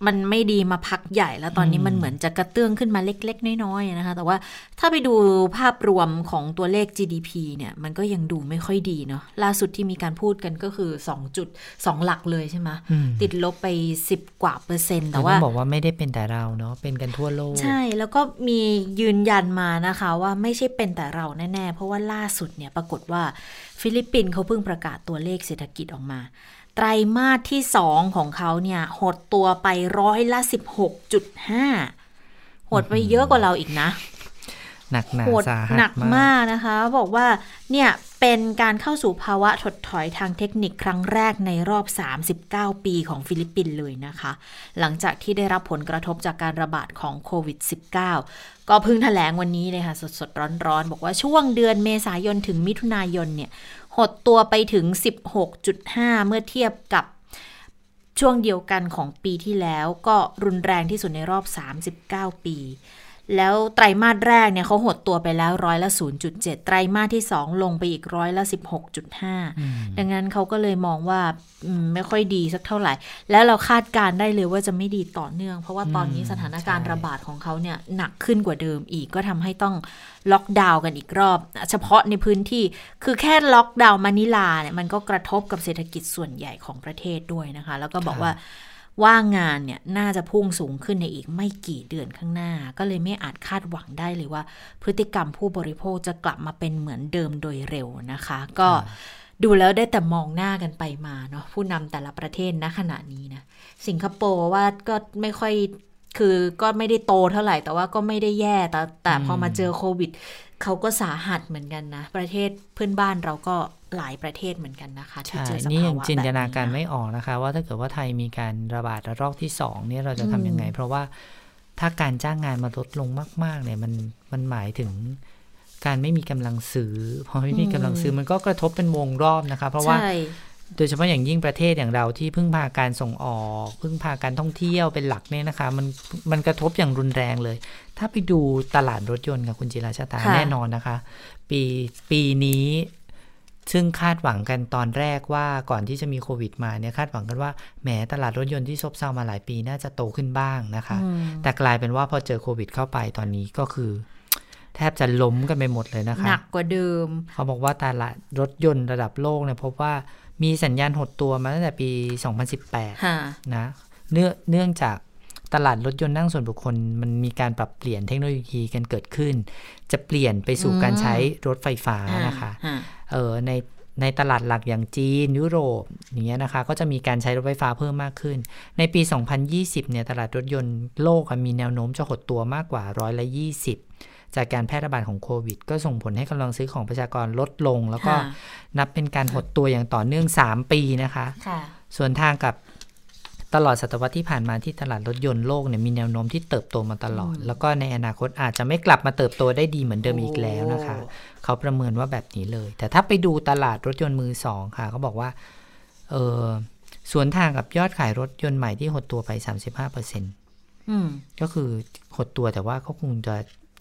มันไม่ดีมาพักใหญ่แล้วตอนนี้มันเหมือนจะกระเตื้องขึ้นมาเล็กๆน้อยๆนะคะแต่ว่าถ้าไปดูภาพรวมของตัวเลข จี ดี พี เนี่ยมันก็ยังดูไม่ค่อยดีเนาะล่าสุดที่มีการพูดกันก็คือสองจุดสองหลักเลยใช่ไหมติดลบไปสิบกว่าเปอร์เซ็นต์แต่ว่า
บอกว่าไม่ได้เป็นแต่เราเนาะเป็นกันทั่วโลก
ใช่แล้วก็มียืนยันมานะคะว่าไม่ใช่เป็นแต่เราแน่ๆเพราะว่าล่าสุดเนี่ยปรากฏว่าฟิลิปปินส์เขาเพิ่งประกาศตัวเลขเศรษฐกิจออกมาไตรมาสที่สองของเขาเนี่ยหดตัวไปร้อยละ สิบหกจุดห้า หดไปเยอะกว่าเราอีกนะ
หนักหนาสาหัส
หนักมากนะคะบอกว่าเนี่ยเป็นการเข้าสู่ภาวะถดถอยทางเทคนิคครั้งแรกในรอบสามสิบเก้าปีของฟิลิปปินส์เลยนะคะหลังจากที่ได้รับผลกระทบจากการระบาดของโควิด สิบเก้า ก็เพิ่งแถลงวันนี้เลยค่ะสดๆร้อนๆบอกว่าช่วงเดือนเมษายนถึงมิถุนายนเนี่ยหดตัวไปถึง สิบหกจุดห้า เมื่อเทียบกับช่วงเดียวกันของปีที่แล้วก็รุนแรงที่สุดในรอบสามสิบเก้าปีแล้วไตรมาสแรกเนี่ยเขาหดตัวไปแล้วร้อยละ ศูนย์จุดเจ็ด ไตรมาสที่สองลงไปอีกร้อยละ สิบหกจุดห้า ดังนั้นเขาก็เลยมองว่าไม่ค่อยดีสักเท่าไหร่แล้วเราคาดการได้เลยว่าจะไม่ดีต่อเนื่องเพราะว่าตอนนี้สถานการณ์ระบาดของเขาเนี่ยหนักขึ้นกว่าเดิมอีกก็ทำให้ต้องล็อกดาวน์กันอีกรอบเฉพาะในพื้นที่คือแค่ล็อกดาวน์มะนิลาเนี่ยมันก็กระทบกับเศรษฐกิจส่วนใหญ่ของประเทศด้วยนะคะแล้วก็บอกว่าว่างงานเนี่ยน่าจะพุ่งสูงขึ้นในอีกไม่กี่เดือนข้างหน้าก็เลยไม่อาจคาดหวังได้เลยว่าพฤติกรรมผู้บริโภคจะกลับมาเป็นเหมือนเดิมโดยเร็วนะคะก็ดูแล้วได้แต่มองหน้ากันไปมาเนาะผู้นำแต่ละประเทศณขณะนี้นะสิงคโปร์ว่าก็ไม่ค่อยคือก็ไม่ได้โตเท่าไหร่แต่ว่าก็ไม่ได้แย่แต่แต่พอมาเจอโควิดเขาก็สาหัสเหมือนกันนะประเทศเพื่อนบ้านเราก็หลายประเทศเหมือนกันนะคะที่เจอสภาวะแบบนี้
นี่ยังจินตนาการไม่ออกนะคะว่าถ้าเกิดว่าไทยมีการระบาดระลอกที่สองเนี่ยเราจะทำยังไงเพราะว่าถ้าการจ้างงานมาลดลงมากๆเนี่ยมันมันหมายถึงการไม่มีกำลังซื้อพอไม่มีกำลังซื้อมันก็กระทบเป็นวงรอบนะคะเพราะว่าโดยเฉพาะอย่างยิ่งประเทศอย่างเราที่พึ่งพาการส่งออกพึ่งพาการท่องเที่ยวเป็นหลักเนี่ยนะคะมันมันกระทบอย่างรุนแรงเลยถ้าไปดูตลาดรถยนต์กับคุณจิราชตาแน่นอนนะคะปีปีนี้ซึ่งคาดหวังกันตอนแรกว่าก่อนที่จะมีโควิดมาเนี่ยคาดหวังกันว่าแหมตลาดรถยนต์ที่ซบเซามาหลายปีน่าจะโตขึ้นบ้างนะคะแต่กลายเป็นว่าพอเจอโควิดเข้าไปตอนนี้ก็คือแทบจะล้มกันไปหมดเลยนะคะ
หนักกว่าเดิม
เขาบอกว่าตลาดรถยนต์ระดับโลกเนี่ยพบว่ามีสัญญาณหดตัวมาตั้งแต่ปีสองพันสิบแปดนะเนื่องเนื่องจากตลาดรถยนต์นั่งส่วนบุคคลมันมีการปรับเปลี่ยนเทคโนโลยีกันเกิดขึ้นจะเปลี่ยนไปสู่การใช้รถไฟฟ้านะคะเออในในตลาดหลักอย่างจีนยุโรปอย่างเงี้ยนะคะก็จะมีการใช้รถไฟฟ้าเพิ่มมากขึ้นในปีสองพันยี่สิบเนี่ยตลาดรถยนต์โลกมีแนวโน้มจะหดตัวมากกว่าร้อยละยี่สิบจากการแพร่ระบาดของโควิดก็ส่งผลให้กำลังซื้อของประชากรลดลงแล้วก็นับเป็นการหดตัวอย่างต่อเนื่องสามปีนะคะส่วนทางกับตลอดศตวรรษที่ผ่านมาที่ตลาดรถยนต์โลกเนี่ยมีแนวโน้มที่เติบโตมาตลอดแล้วก็ในอนาคตอาจจะไม่กลับมาเติบโตได้ดีเหมือนเดิมอีกแล้วนะคะเขาประเมินว่าแบบนี้เลยแต่ถ้าไปดูตลาดรถยนต์มือสองค่ะเขาบอกว่าเออสวนทางกับยอดขายรถยนต์ใหม่ที่หดตัวไป สามสิบห้าเปอร์เซ็นต์ อืมก็คือหดตัวแต่ว่าเขาคงจะ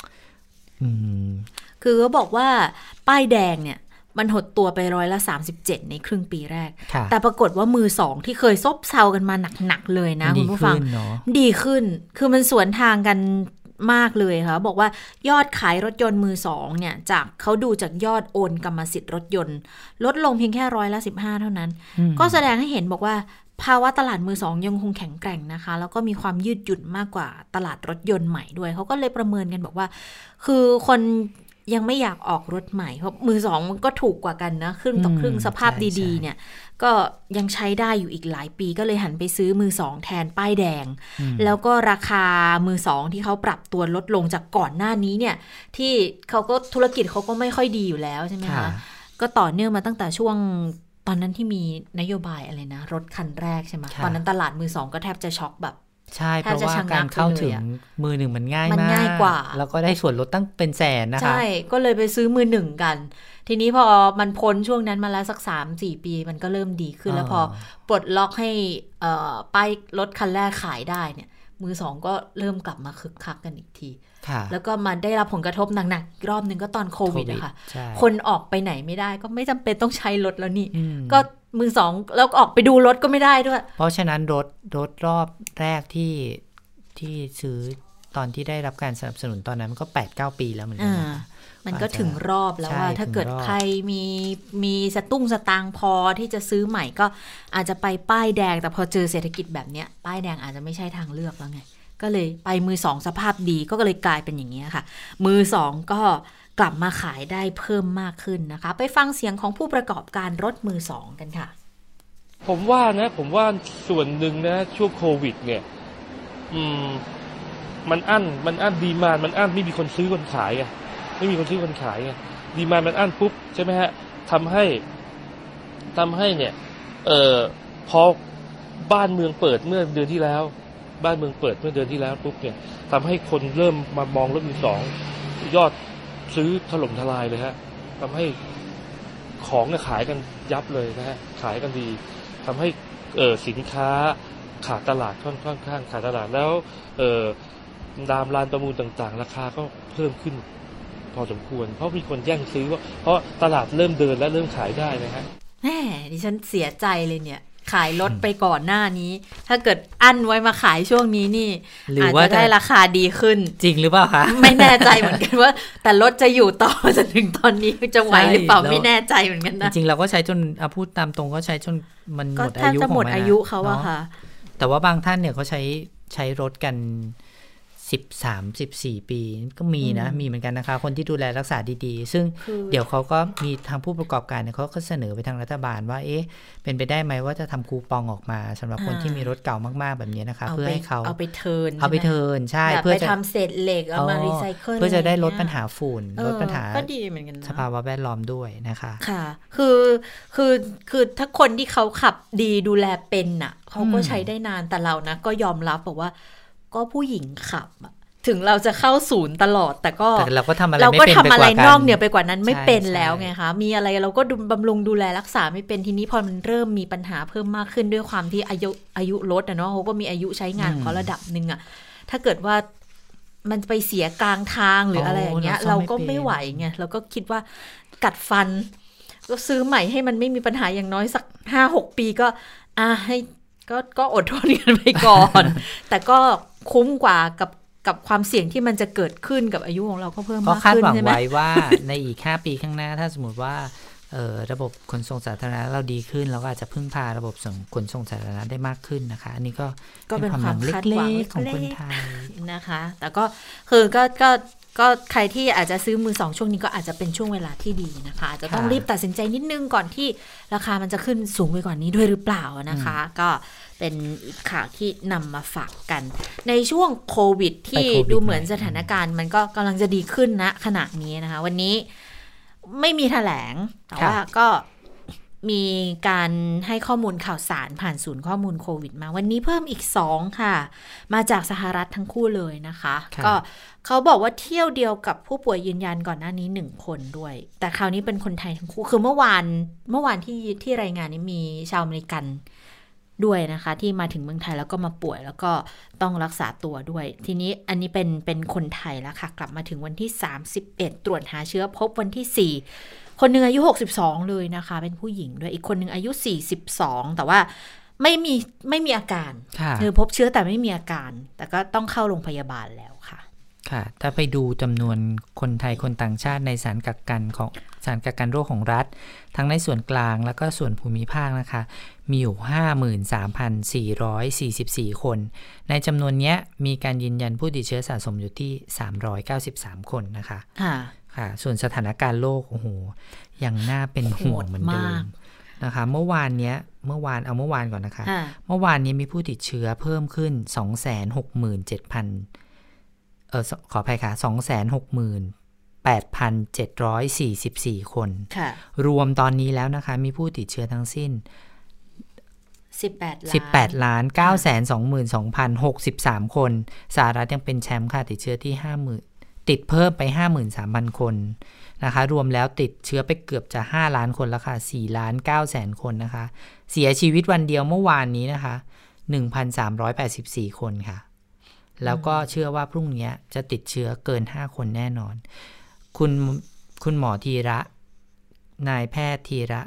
คือเขาบอกว่าป้ายแดงเนี่ยมันหดตัวไปร้อยละสามสิบเจ็ดในครึ่งปีแรกแต่ปรากฏว่ามือสองที่เคยซบเซากันมาหนักๆเลยนะคุณผู้ฟังดีขึ้นคือมันสวนทางกันมากเลยค่ะบอกว่ายอดขายรถยนต์มือสองเนี่ยจากเขาดูจากยอดโอนกรรมสิทธิ์รถยนต์ลดลงเพียงแค่ร้อยละสิบห้าเท่านั้นก็แสดงให้เห็นบอกว่าภาวะตลาดมือสองยังคงแข็งแกร่งนะคะแล้วก็มีความยืดหยุ่นมากกว่าตลาดรถยนต์ใหม่ด้วยเขาก็เลยประเมินกันบอกว่าคือคนยังไม่อยากออกรถใหม่เพราะมือสองมันก็ถูกกว่ากันนะครึ่งต่อครึ่งสภาพดีๆเนี่ยก็ยังใช้ได้อยู่อีกหลายปีก็เลยหันไปซื้อมือสองแทนป้ายแดงแล้วก็ราคามือสองที่เขาปรับตัวลดลงจากก่อนหน้านี้เนี่ยที่เขาก็ธุรกิจเขาก็ไม่ค่อยดีอยู่แล้วใช่ไหมคะก็ต่อเนื่องมาตั้งแต่ช่วงตอนนั้นที่มีนโยบายอะไรนะรถคันแรกใช่ไหมตอนนั้นตลาดมือสองก็แทบจะช็อกแบบ
ใช่เพราะว่าการเข้าถึงมือหนึ่งมันง่ายมาก
มันง่ายกว่า
แล้วก็ได้ส่วนลดตั้งเป็นแสนนะคะ
ใช่ก็เลยไปซื้อมือหนึ่งกันทีนี้พอมันพ้นช่วงนั้นมาแล้วสัก สามถึงสี่ ปีมันก็เริ่มดีขึ้นแล้วพอปลดล็อกให้ป้ายรถคันแรกขายได้เนี่ยมือสองก็เริ่มกลับมาคึกคักกันอีกทีแล้วก็มาได้รับผลกระทบหนักๆอีกรอบนึงก็ตอนโควิดอะค่ะคนออกไปไหนไม่ได้ก็ไม่จำเป็นต้องใช้รถแล้วนี่ก็มือสองแล้วออกไปดูรถก็ไม่ได้ด้วย
เพราะฉะนั้นรถรถรอบแรกที่ที่ซื้อตอนที่ได้รับการสนับสนุนตอนนั้นมันก็ แปดเก้า ปีแล้วเหมือนกันนะ
มันก็ถึงรอบแล้วว่าถ้าเกิดใครมีมีสตุ้งสตางค์พอที่จะซื้อใหม่ก็อาจจะไปป้ายแดงแต่พอเจอเศรษฐกิจแบบเนี้ยป้ายแดงอาจจะไม่ใช่ทางเลือกแล้วไงก็เลยไปมือสองสภาพดีก็เลยกลายเป็นอย่างนี้ค่ะมือสองก็กลับมาขายได้เพิ่มมากขึ้นนะคะไปฟังเสียงของผู้ประกอบการรถมือสองกันค่ะ
ผมว่านะผมว่าส่วนหนึ่งนะช่วงโควิดเนี่ยอืมมันอั้นมันอั้นดีมานด์มันอั้นไม่มีคนซื้อคนขายไงไม่มีคนซื้อคนขายไงดีมานด์มันอั้นปุ๊บใช่ไหมฮะทำให้ทำให้เนี่ยเอ่อพอบ้านเมืองเปิดเมื่อเดือนที่แล้วบ้านเมืองเปิดเมื่อเดือนที่แล้วปุ๊บเนี่ยทำให้คนเริ่มมามองรถมือสองยอดซื้อถล่มทลายเลยฮะทำให้ของเนี่ยขายกันยับเลยนะฮะขายกันดีทำให้เอ่อสินค้าขาดตลาดค่อนข้างขาดตลาดแล้วเอ่อตามร้านประมูลต่างๆราคาก็เพิ่มขึ้นพอสมควรเพราะมีคนแย่งซื้อว่าเพราะตลาดเริ่มเดินและเริ่มขายได้นะฮะ
แหมดิฉันเสียใจเลยเนี่ยขายรถไปก่อนหน้านี้ถ้าเกิดอั้นไว้มาขายช่วงนี้นี่อาจจะได้ราคาดีขึ้น
จริงหรือเปล่าคะ
ไม่แน่ใจเหมือนกันว่าแต่รถจะอยู่ต่อจนถึงตอนนี้จะไหวหรือเปล่าไม่แน่ใจเหมือนกันนะ
จริงๆเราก็ใช้จนเอาพูดตามตรงก็ใช้จนมันหมดอายุของมัน
หมดอายุเขาอะค่ะ
แต่ว่าบางท่านเนี่ยเขาใช้ใช้รถกันสิบสาม สิบสี่ปีก็มีนะมีเหมือนกันนะคะคนที่ดูแลรักษาดีๆซึ่งเดี๋ยวเขาก็มีทางผู้ประกอบการเนี่ยเขาก็เสนอไปทางรัฐบาลว่าเอ๊ะเป็นไปได้ไหมว่าจะทำคูปองออกมาสำหรับคนที่มีรถเก่ามากๆแบบนี้นะคะเพื่อให้เขา
เอาไปเทิร์น
เอาไปเทิร์นใช่
เพื่อจะทำเศษเหล็กเอามารีไซเคิล
เพื่อจะได้ลดปัญหาฝุ่นลดปัญหา
ก็ดีเหมือนกัน
สภาวะแวดล้อมด้วยนะคะ
ค่ะคือคือคือถ้าคนที่เขาขับดีดูแลเป็นน่ะเขาก็ใช้ได้นานแต่เรานะก็ยอมรับบอกว่าก็ผู้หญิงขับถึงเราจะเข้าศูนย์ตลอดแต่ก็
เราก็ทำอะไร
เราก็ทำอะไรนอกเหนือไปกว่านั้นไม่เป็นแล้วไงคะมีอะไรเราก็บำรุงดูแลรักษาไม่เป็นทีนี้พอมันเริ่มมีปัญหาเพิ่มมากขึ้นด้วยความที่อายุอายุลดอะเนาะเขาก็มีอายุใช้งานของเขาระดับนึงอะถ้าเกิดว่ามันไปเสียกลางทางหรืออะไรอย่างเงี้ยเราก็ไม่ไหวไงเราก็คิดว่ากัดฟันก็ซื้อใหม่ให้มันไม่มีปัญหาอย่างน้อยสัก ห้าหก ปีก็อ่ะให้ก็ก็อดทนกันไปก่อนแต่ก็คุ้มกว่ากับกับความเสี่ยงที่มันจะเกิดขึ้นกับอายุของเราก็เพิ่มมากขึ้นใช่ไหม
ก็คาดหวังไว้ว่าในอีกห้าปีข้างหน้าถ้าสมมติว่าระบบขนส่งสาธารณะเราดีขึ้นเราก็อาจจะพึ่งพาระบบขนส่งสาธารณะได้มากขึ้นนะคะอันนี้ก็
เป็นความคาดหวัง
ของคนไทย
นะคะแต่ก็คือก็ก็ก็ใครที่อาจจะซื้อมือสองช่วงนี้ก็อาจจะเป็นช่วงเวลาที่ดีนะคะอาจจะต้องรีบตัดสินใจนิดนึงก่อนที่ราคามันจะขึ้นสูงไปกว่านี้ด้วยหรือเปล่านะคะก็เป็นอีกข่าวที่นำมาฝากกันในช่วงโควิดที่ดูเหมือนสถานการณ์มันก็กำลังจะดีขึ้นณขณะนี้นะคะวันนี้ไม่มีแถลงแต่ว่าก็มีการให้ข้อมูลข่าวสารผ่านศูนย์ข้อมูลโควิดมาวันนี้เพิ่มอีกสองค่ะมาจากสหรัฐทั้งคู่เลยนะคะก็เขาบอกว่าเที่ยวเดียวกับผู้ป่วยยืนยันก่อนหน้านี้หนึ่งคนด้วยแต่คราวนี้เป็นคนไทยทั้งคู่คือเมื่อวานเมื่อวานที่ที่รายงานนี้มีชาวอเมริกันด้วยนะคะที่มาถึงเมืองไทยแล้วก็มาป่วยแล้วก็ต้องรักษาตัวด้วยทีนี้อันนี้เป็นเป็นคนไทยแล้วค่ะกลับมาถึงวันที่สามสิบเอ็ดตรวจหาเชื้อพบวันที่สี่คนหนึ่งอายุหกสิบสองเลยนะคะเป็นผู้หญิงด้วยอีกคนหนึ่งอายุสี่สิบสองแต่ว่าไม่มีไม่มีอาการคือพบเชื้อแต่ไม่มีอาการแต่ก็ต้องเข้าโรงพยาบาลแล้วค่ะ
ค่ะถ้าไปดูจำนวนคนไทยคนต่างชาติในสถานกักกันของสถานกักกันโรคของรัฐทั้งในส่วนกลางแล้วก็ส่วนภูมิภาคนะคะมีอยู่ ห้าหมื่นสามพันสี่ร้อยสี่สิบสี่ คนในจำนวนนี้มีการยืนยันผู้ติดเชื้อสะสมอยู่ที่สามร้อยเก้าสิบสามคนนะคะ
ค่ะ
ค่ะส่วนสถานการณ์โลกโอ้โหยังน่าเป็นห่วงเหมือนเดิมนะคะเมื่อวานเนี้ยเมื่อวานเอาเมื่อวานก่อนนะคะเมื่อวานนี้มีผู้ติดเชื้อเพิ่มขึ้น สองแสนหกหมื่นเจ็ดพัน เออขออภัยค่ะ สองแสนหกหมื่นแปดพันเจ็ดร้อยสี่สิบสี่ คนรวมตอนนี้แล้วนะคะมีผู้ติดเชื้อทั้งสิ้น
สิบแปดล้าน
สิบแปดล้าน เก้าแสนสองหมื่นสองพันหกสิบสาม คนสหรัฐยังเป็นแชมป์ค่ะติดเชื้อที่ ห้าหมื่น ติดเพิ่มไป ห้าหมื่นสามพัน คนนะคะรวมแล้วติดเชื้อไปเกือบจะห้าล้านคนแล้วค่ะสี่ล้านเก้าแสนคนนะคะเสียชีวิตวันเดียวเมื่อวานนี้นะคะ หนึ่งพันสามร้อยแปดสิบสี่ คนค่ะแล้วก็เชื่อว่าพรุ่งนี้จะติดเชื้อเกินห้าคนแน่นอนคุณคุณหมอธีระนายแพทย์ธีระว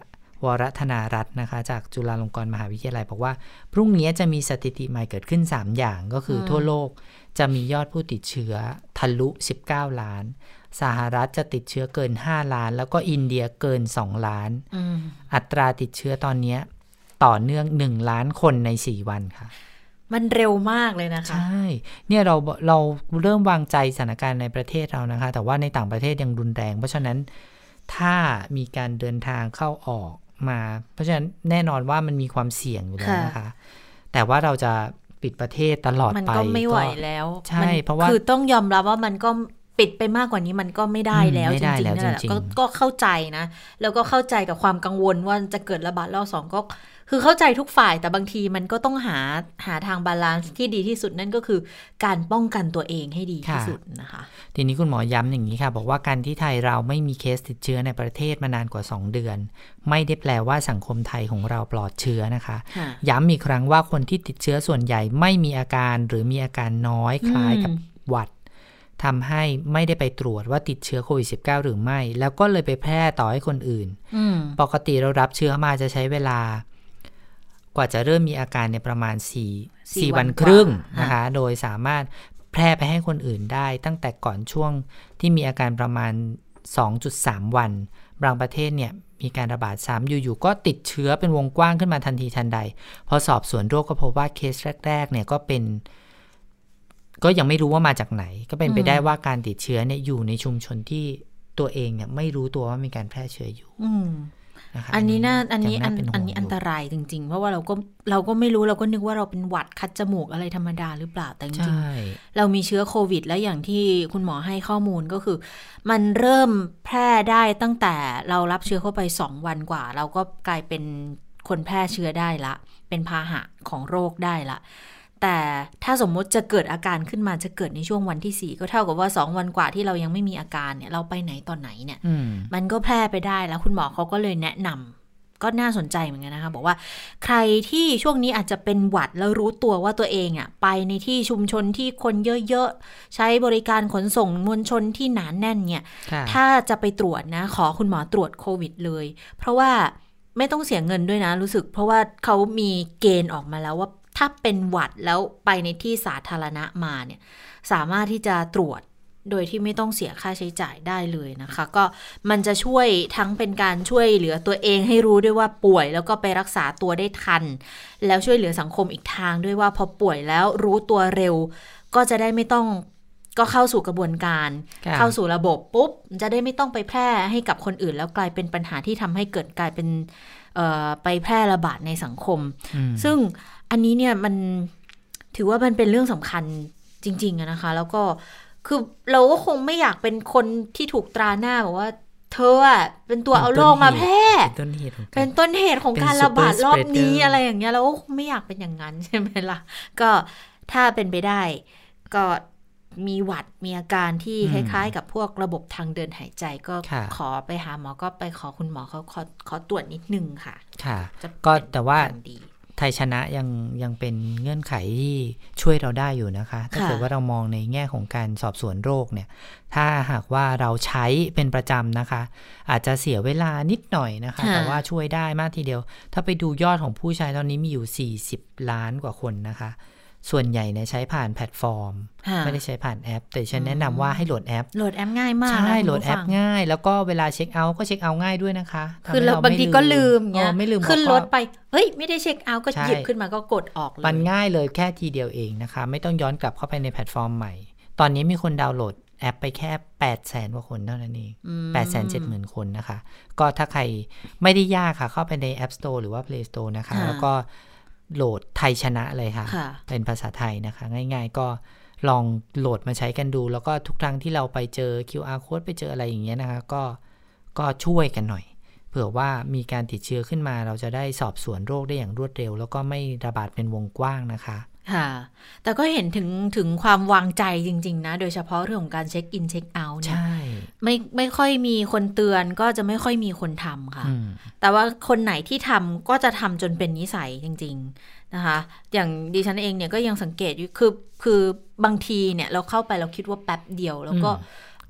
วรธนารัตน์นะคะจากจุฬาลงกรณ์มหาวิทยาลัยบอกว่าพรุ่งนี้จะมีสถิติใหม่เกิดขึ้นสามอย่างก็คือทั่วโลกจะมียอดผู้ติดเชื้อทะลุสิบเก้าล้านสหรัฐจะติดเชื้อเกินห้าล้านแล้วก็อินเดียเกินสองล้านอัตราติดเชื้อตอนนี้ต่อเนื่องหนึ่งล้านคนในสี่วันค่ะ
มันเร็วมากเลยนะคะ
ใช่เนี่ยเราเราเริ่มวางใจสถานการณ์ในประเทศเรานะคะแต่ว่าในต่างประเทศยังรุนแรงเพราะฉะนั้นถ้ามีการเดินทางเข้าออกมาเพราะฉะนั้นแน่นอนว่ามันมีความเสี่ยงอยู่แล้วนะคะแต่ว่าเราจะปิดประเทศตลอดไป
มันก็ไม่ไหวแล้ว
ใช่เพราะว่า
คือต้องยอมรับว่ามันก็ปิดไปมากกว่านี้มันก็ไม่ได้แล้วจริงๆนั่นแหละก็เข้าใจนะแล้วก็เข้าใจกับความกังวลว่าจะเกิดระบาดรอบสองก็คือเข้าใจทุกฝ่ายแต่บางทีมันก็ต้องหาหาทางบาลานซ์ที่ดีที่สุดนั่นก็คือการป้องกันตัวเองให้ดีที่สุดนะคะ
ทีนี้คุณหมอย้ำอย่างนี้ค่ะบอกว่าการที่ไทยเราไม่มีเคสติดเชื้อในประเทศมานานกว่าสองเดือนไม่ได้แปลว่าสังคมไทยของเราปลอดเชื้อนะคะย้ำอีกครั้งว่าคนที่ติดเชื้อส่วนใหญ่ไม่มีอาการหรือมีอาการน้อยคล้ายกับหวัดทำให้ไม่ได้ไปตรวจว่าติดเชื้อโควิด สิบเก้า หรือไม่แล้วก็เลยไปแพร่ต่อให้คนอื่นปกติเรารับเชื้อมาจะใช้เวลากว่าจะเริ่มมีอาการในประมาณสี่ สี่วันครึ่งนะคะโดยสามารถแพร่ไปให้คนอื่นได้ตั้งแต่ก่อนช่วงที่มีอาการประมาณ สองจุดสาม วันบางประเทศเนี่ยมีการระบาดซ้ำอยู่ๆก็ติดเชื้อเป็นวงกว้างขึ้นมาทันทีทันใดพอสอบสวนโรคก็พบว่าเคสแรกๆเนี่ยก็เป็นก็ยังไม่รู้ว่ามาจากไหนก็เป็นไปได้ว่าการติดเชื้อเนี่ยอยู่ในชุมชนที่ตัวเองเนี่ยไม่รู้ตัวว่ามีการแพร่เชื้ออยู่
อันนี้น่าอันนี้อันอันนี้อันตรายจริงๆเพราะว่าเราก็เราก็ไม่รู้เราก็นึกว่าเราเป็นหวัดคัดจมูกอะไรธรรมดาหรือเปล่าแต่จริงๆเรามีเชื้อโควิดแล้วอย่างที่คุณหมอให้ข้อมูลก็คือมันเริ่มแพร่ได้ตั้งแต่เรารับเชื้อเข้าไปสองวันกว่าเราก็กลายเป็นคนแพร่เชื้อได้ละเป็นพาหะของโรคได้ละแต่ถ้าสมมติจะเกิดอาการขึ้นมาจะเกิดในช่วงวันที่สี่ก็เท่ากับว่าสองวันกว่าที่เรายังไม่มีอาการเนี่ยเราไปไหนตอนไหนเนี่ยมันก็แพร่ไปได้แล้วคุณหมอเขาก็เลยแนะนำก็น่าสนใจเหมือนกันนะคะบอกว่าใครที่ช่วงนี้อาจจะเป็นหวัดแล้วรู้ตัวว่าตัวเองอ่ะไปในที่ชุมชนที่คนเยอะๆใช้บริการขนส่งมวลชนที่หนาแน่นเนี่ยถ้าจะไปตรวจนะขอคุณหมอตรวจโควิดเลยเพราะว่าไม่ต้องเสียเงินด้วยนะรู้สึกเพราะว่าเขามีเกณฑ์ออกมาแล้วว่าถ้าเป็นหวัดแล้วไปในที่สาธารณะมาเนี่ยสามารถที่จะตรวจโดยที่ไม่ต้องเสียค่าใช้จ่ายได้เลยนะคะก็มันจะช่วยทั้งเป็นการช่วยเหลือตัวเองให้รู้ด้วยว่าป่วยแล้วก็ไปรักษาตัวได้ทันแล้วช่วยเหลือสังคมอีกทางด้วยว่าพอป่วยแล้วรู้ตัวเร็วก็จะได้ไม่ต้องก็เข้าสู่กระบวนการเข้าสู่ระบบปุ๊บจะได้ไม่ต้องไปแพร่ให้กับคนอื่นแล้วกลายเป็นปัญหาที่ทำให้เกิดกลายเป็นไปแพร่ระบาดในสังคมซึ่งอันนี้เนี่ยมันถือว่ามันเป็นเรื่องสำคัญจริงๆนะคะแล้วก็คือเราก็คงไม่อยากเป็นคนที่ถูกตราหน้าบอกว่าเธออ่ะเป็นตัวเอาโรคมาแพร่เป็นต้นเหตุของการระบาดรอบนี้อะไรอย่างเงี้ยเราก็คงไม่อยากเป็นอย่างนั้นใช่ไหมล่ะก็ถ้าเป็นไปได้ก็มีหวัดมีอาการที่คล้ายๆกับพวกระบบทางเดินหายใจก็ขอไปหาหมอก็ไปขอคุณหมอเขาขอขอตรวจนิดนึงค่ะ
ค่ะก็แต่ว่าไทยชนะยังยังเป็นเงื่อนไขที่ช่วยเราได้อยู่นะคะถ้าเกิดว่าเรามองในแง่ของการสอบสวนโรคเนี่ยถ้าหากว่าเราใช้เป็นประจำนะคะอาจจะเสียเวลานิดหน่อยนะคะแต่ว่าช่วยได้มากทีเดียวถ้าไปดูยอดของผู้ใช้ตอนนี้มีอยู่สี่สิบล้านกว่าคนนะคะส่วนใหญ่เนี่ยใช้ผ่านแพลตฟอร์มไม่ได้ใช้ผ่านแอปแต่ฉันแนะนำว่าให้โหลดแอป
โหลดแอปง่ายมาก
ใช่โหลดแอปง่ายแล้วก็เวลาเช็คเอาท์ก็เช็คเอาท์ง่ายด้วยนะคะ
คือเราบางทีก็ลืมเงี้ยขึ้นรถไปเฮ้ยไม่ได้เช็คเอาท์ก็หยิบขึ้นมาก็กดออกเลย
มันง่ายเลยแค่ทีเดียวเองนะคะไม่ต้องย้อนกลับเข้าไปในแพลตฟอร์มใหม่ตอนนี้มีคนดาวน์โหลดแอปไปแค่แปดแสนกว่าคนเท่านั้นเอง แปดแสนเจ็ดหมื่น คนนะคะก็ถ้าใครไม่ได้ยากค่ะเข้าไปใน App Store หรือว่า Play Store นะคะแล้วก็โหลดไทยชนะเลยค่ะเป็นภาษาไทยนะคะง่ายๆก็ลองโหลดมาใช้กันดูแล้วก็ทุกครั้งที่เราไปเจอ คิว อาร์ Code ไปเจออะไรอย่างเงี้ยนะคะก็ก็ช่วยกันหน่อยเผื่อว่ามีการติดเชื้อขึ้นมาเราจะได้สอบสวนโรคได้อย่างรวดเร็วแล้วก็ไม่ระบาดเป็นวงกว้างนะคะ
ค่ะแต่ก็เห็นถึงถึงความวางใจจริงๆนะโดยเฉพาะเรื่องของการเช็คอินเช็คเอาท์เนี่ยไม่ไม่ค่อยมีคนเตือนก็จะไม่ค่อยมีคนทำค่ะแต่ว่าคนไหนที่ทำก็จะทำจนเป็นนิสัยจริงๆนะคะอย่างดิฉันเองเนี่ยก็ยังสังเกตอยู่คือคือบางทีเนี่ยเราเข้าไปเราคิดว่าแป๊บเดียวแล้วก็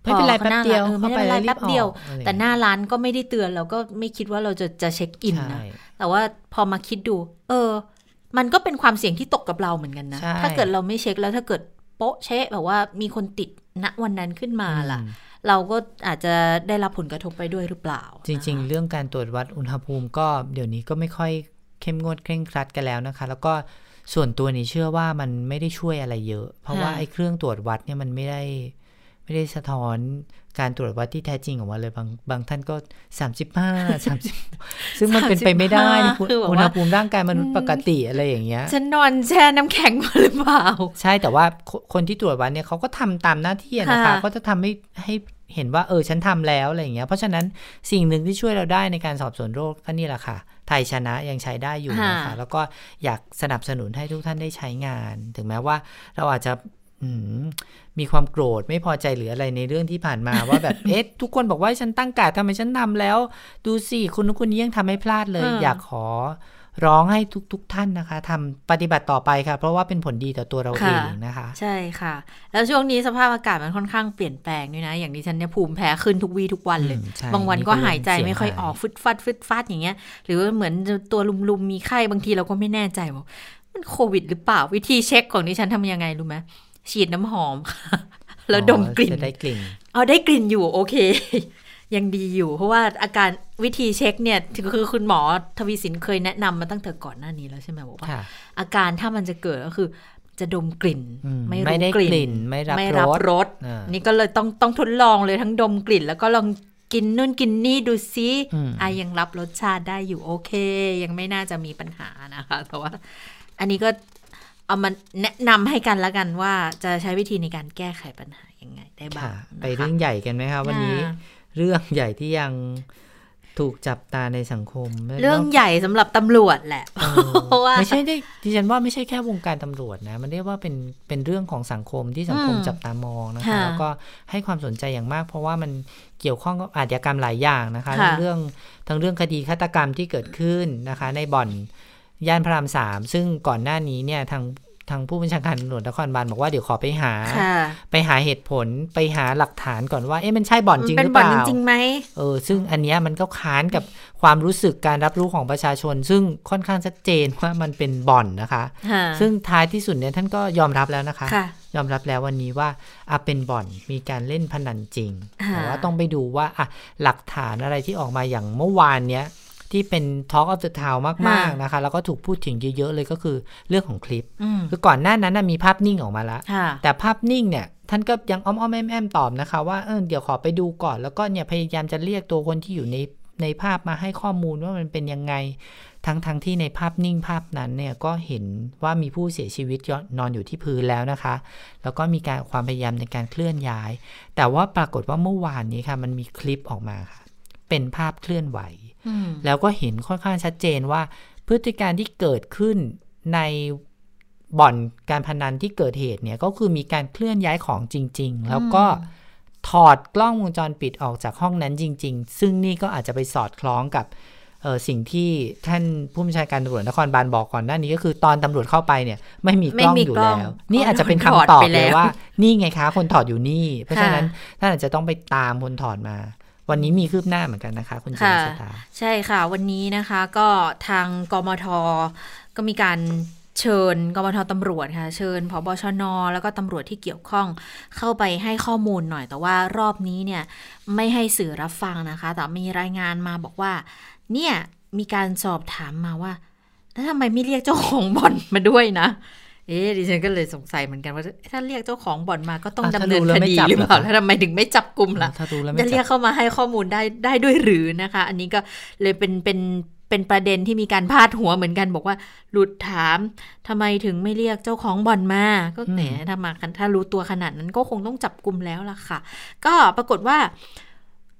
ไม่เป็นไรแป๊บเดียว
ไม่เป็นไรแป๊บเดียวแต่หน้าร้านก็ไม่ได้เตือนเราก็ไม่คิดว่าเราจะจะเช็คอินนะแต่ว่าพอมาคิดดูเออมันก็เป็นความเสี่ยงที่ตกกับเราเหมือนกันนะถ้าเกิดเราไม่เช็คแล้วถ้าเกิดโป๊ะเชะแบบว่ามีคนติดณวันนั้นขึ้นมาล่ะเราก็อาจจะได้รับผลกระทบไปด้วยหรือเปล่า
จริงๆเรื่องการตรวจวัดอุณหภูมิก็เดี๋ยวนี้ก็ไม่ค่อยเข้มงวดเคร่งครัดกันแล้วนะคะแล้วก็ส่วนตัวนี้เชื่อว่ามันไม่ได้ช่วยอะไรเยอะเพราะว่าไอ้เครื่องตรวจวัดเนี่ยมันไม่ได้ไม่ได้สะท้อนการตรวจวัดที่แท้จริงออกมาเลยบางบางท่านก็สามสิบห้า สามสิบซึ่งมันเป็นไปไม่ได้อุณหภูมิร่างกายมนุษย์ปกติอะไรอย่างเงี้ย
ฉันนอนแช่น้ำแข็งมาหรือเปล่า
ใช่แต่ว่าคนที่ตรวจวัดเนี่ยเขาก็ทำตามหน้าที่นะคะก็จะทำให้ให้เห็นว่าเออฉันทำแล้วอะไรอย่างเงี้ยเพราะฉะนั้นสิ่งหนึ่งที่ช่วยเราได้ในการสอบสวนโรคก็นี่แหละค่ะไทยชนะยังใช้ได้อยู่นะคะแล้วก็อยากสนับสนุนให้ทุกท่านได้ใช้งานถึงแม้ว่าเราอาจจะมีความโกรธไม่พอใจหรืออะไรในเรื่องที่ผ่านมา ว่าแบบเอ๊ะทุกคนบอกว่าฉันตั้งการทำไมฉันทำแล้วดูสิคุณนู้นคนนี้ยังทำให้พลาดเลย อยากขอร้องให้ทุกๆ ท่านนะคะทำปฏิบัติต่อไปค่ะเพราะว่าเป็นผลดีต่อตัวเราเองนะคะ
ใช่ค่ะแล้วช่วงนี้สภาพอากาศมันค่อนข้างเปลี่ยนแปลงด้วยนะอย่างดิฉันเนี่ยภูมิแพ้ขึ้นทุกวี่ทุกวันเลยบางวันก็หายใจไม่ค่อยออกฟึดฟัดฟึดฟัดอย่างเงี้ยหรือว่าเหมือนตัวลุมๆมีไข้บางทีเราก็ไม่แน่ใจว่ามันโควิดหรือเปล่าวิธีเช็คของดิฉันทำยังไงรู้ไหมฉีดน้ำหอมแล้วดมกลิ่น
ได้กลิ่น
เอาได้กลิ่นอยู่โอเคยังดีอยู่เพราะว่าอาการวิธีเช็คเนี่ยคือคุณหมอทวีสินเคยแนะนำมาตั้งแต่ก่อนหน้านี้แล้วใช่ไหมบอกว่าอาการถ้ามันจะเกิดก็คือจะดมกลิ่น
ไม่รู้กลิ่นไม่รับ
ไม่รับรสนี่ก็เลยต้องต้องทดลองเลยทั้งดมกลิ่นแล้วก็ลองกินนู่นกินนี่ดูซิอ่ะยังรับรสชาติได้อยู่โอเคยังไม่น่าจะมีปัญหานะคะแต่ว่าอันนี้ก็เอามาแนะนำให้กันแล้วกันว่าจะใช้วิธีในการแก้ไขปัญหายังไงได้บ้าง
ไปเรื่องใหญ่กันไหมคะวันนี้เรื่องใหญ่ที่ยังถูกจับตาในสังคม
เรื่องใหญ่สำหรับตำรวจแหละ
เพราะว่าไม่ใช่ได้ดิฉันว่าไม่ใช่แค่วงการตำรวจนะมันเรียกว่าเป็นเป็นเรื่องของสังคมที่สังคมจับตามองนะคะแล้วก็ให้ความสนใจอย่างมากเพราะว่ามันเกี่ยวข้องกับอาชญากรรมหลายอย่างนะคะทั้งเรื่องทั้งเรื่องคดีฆาตกรรมที่เกิดขึ้นนะคะในบ่อนย่านพระรามสามซึ่งก่อนหน้านี้เนี่ยทางทางผู้บัญชาการตำรวจนครบาลบอกว่าเดี๋ยวขอไปหาไปหาเหตุผลไปหาหลักฐานก่อนว่าเอ๊ะมันใช่บ่อนจริงหรือเปล่า
เป็นบ่อนจริงไหม
เออซึ่งอันเนี้ยมันก็ค้านกับความรู้สึกการรับรู้ของประชาชนซึ่งค่อนข้างชัดเจนว่ามันเป็นบ่อนนะคะซึ่งท้ายที่สุดเนี่ยท่านก็ยอมรับแล้วนะคะยอมรับแล้ววันนี้ว่าอ่ะเป็นบ่อนมีการเล่นพนันจริงแต่ว่าต้องไปดูว่าอ่ะหลักฐานอะไรที่ออกมาอย่างเมื่อวานเนี้ยที่เป็น Talk of the Town มากๆนะคะแล้วก็ถูกพูดถึงเยอะๆเลยก็คือเรื่องของคลิปคือก่อนหน้านั้นมีภาพนิ่งออกมาแล้วแต่ภาพนิ่งเนี่ยท่านก็ยังอ้อมๆแอมๆตอบนะคะว่าเออเดี๋ยวขอไปดูก่อนแล้วก็เนี่ยพยายามจะเรียกตัวคนที่อยู่ในในภาพมาให้ข้อมูลว่ามันเป็นยังไงทั้งๆ ท, ที่ในภาพนิ่งภาพนั้นเนี่ยก็เห็นว่ามีผู้เสียชีวิตนอนอยู่ที่พื้นแล้วนะคะแล้วก็มีการความพยายามในการเคลื่อนย้ายแต่ว่าปรากฏว่าเมื่อวานนี้ค่ะมันมีคลิปออกมาค่ะเป็นภาพเคลื่อนไหวแล้วก็เห็นค่อนข้างชัดเจนว่าพฤติการที่เกิดขึ้นในบ่อนการพนันที่เกิดเหตุเนี่ยก็คือมีการเคลื่อนย้ายของจริงๆแล้วก็ถอดกล้องวงจรปิดออกจากห้องนั้นจริงๆซึ่งนี่ก็อาจจะไปสอดคล้องกับเอ่อสิ่งที่ท่านผู้บัญชาการตำรวจนครบาลบอกก่อนหน้านี้ก็คือตอนตำรวจเข้าไปเนี่ยไม่มีกล้องอยู่แล้วนี่อาจจะเป็นคำตอบเลยว่านี่ไงคะคนถอดอยู่นี่เพราะฉะนั้นท่านอาจจะต้องไปตามคนถอดมาวันนี้มีคืบหน้าเหมือนกันนะคะคุณเจษฎา
ใช่ค่ะวันนี้นะคะก็ทางกมท.ก็มีการเชิญกมท.ตำรวจค่ะเชิญผบชน.แล้วก็ตำรวจที่เกี่ยวข้องเข้าไปให้ข้อมูลหน่อยแต่ว่ารอบนี้เนี่ยไม่ให้สื่อรับฟังนะคะแต่มีรายงานมาบอกว่าเนี่ยมีการสอบถามมาว่าแล้วทำไมไม่เรียกเจ้าของบ่อนมาด้วยนะเอ๊ะดิฉันก็เลยสงสัยเหมือนกันว่าถ้าเรียกเจ้าของบ่อนมาก็ต้องดำเนินคดีหรือเปล่าแล้วทำไมถึงไม่จับกุมล่ะจะเรียกเข้ามาให้ข้อมูลได้ได้ด้วยหรือนะคะอันนี้ก็เลยเป็นเป็นเป็นประเด็นที่มีการพาดหัวเหมือนกันบอกว่าหลุดถามทำไมถึงไม่เรียกเจ้าของบ่อนมาก็แหมถ้ามาถ้ารู้ตัวขนาดนั้นก็คงต้องจับกุมแล้วล่ะค่ะก็ปรากฏว่า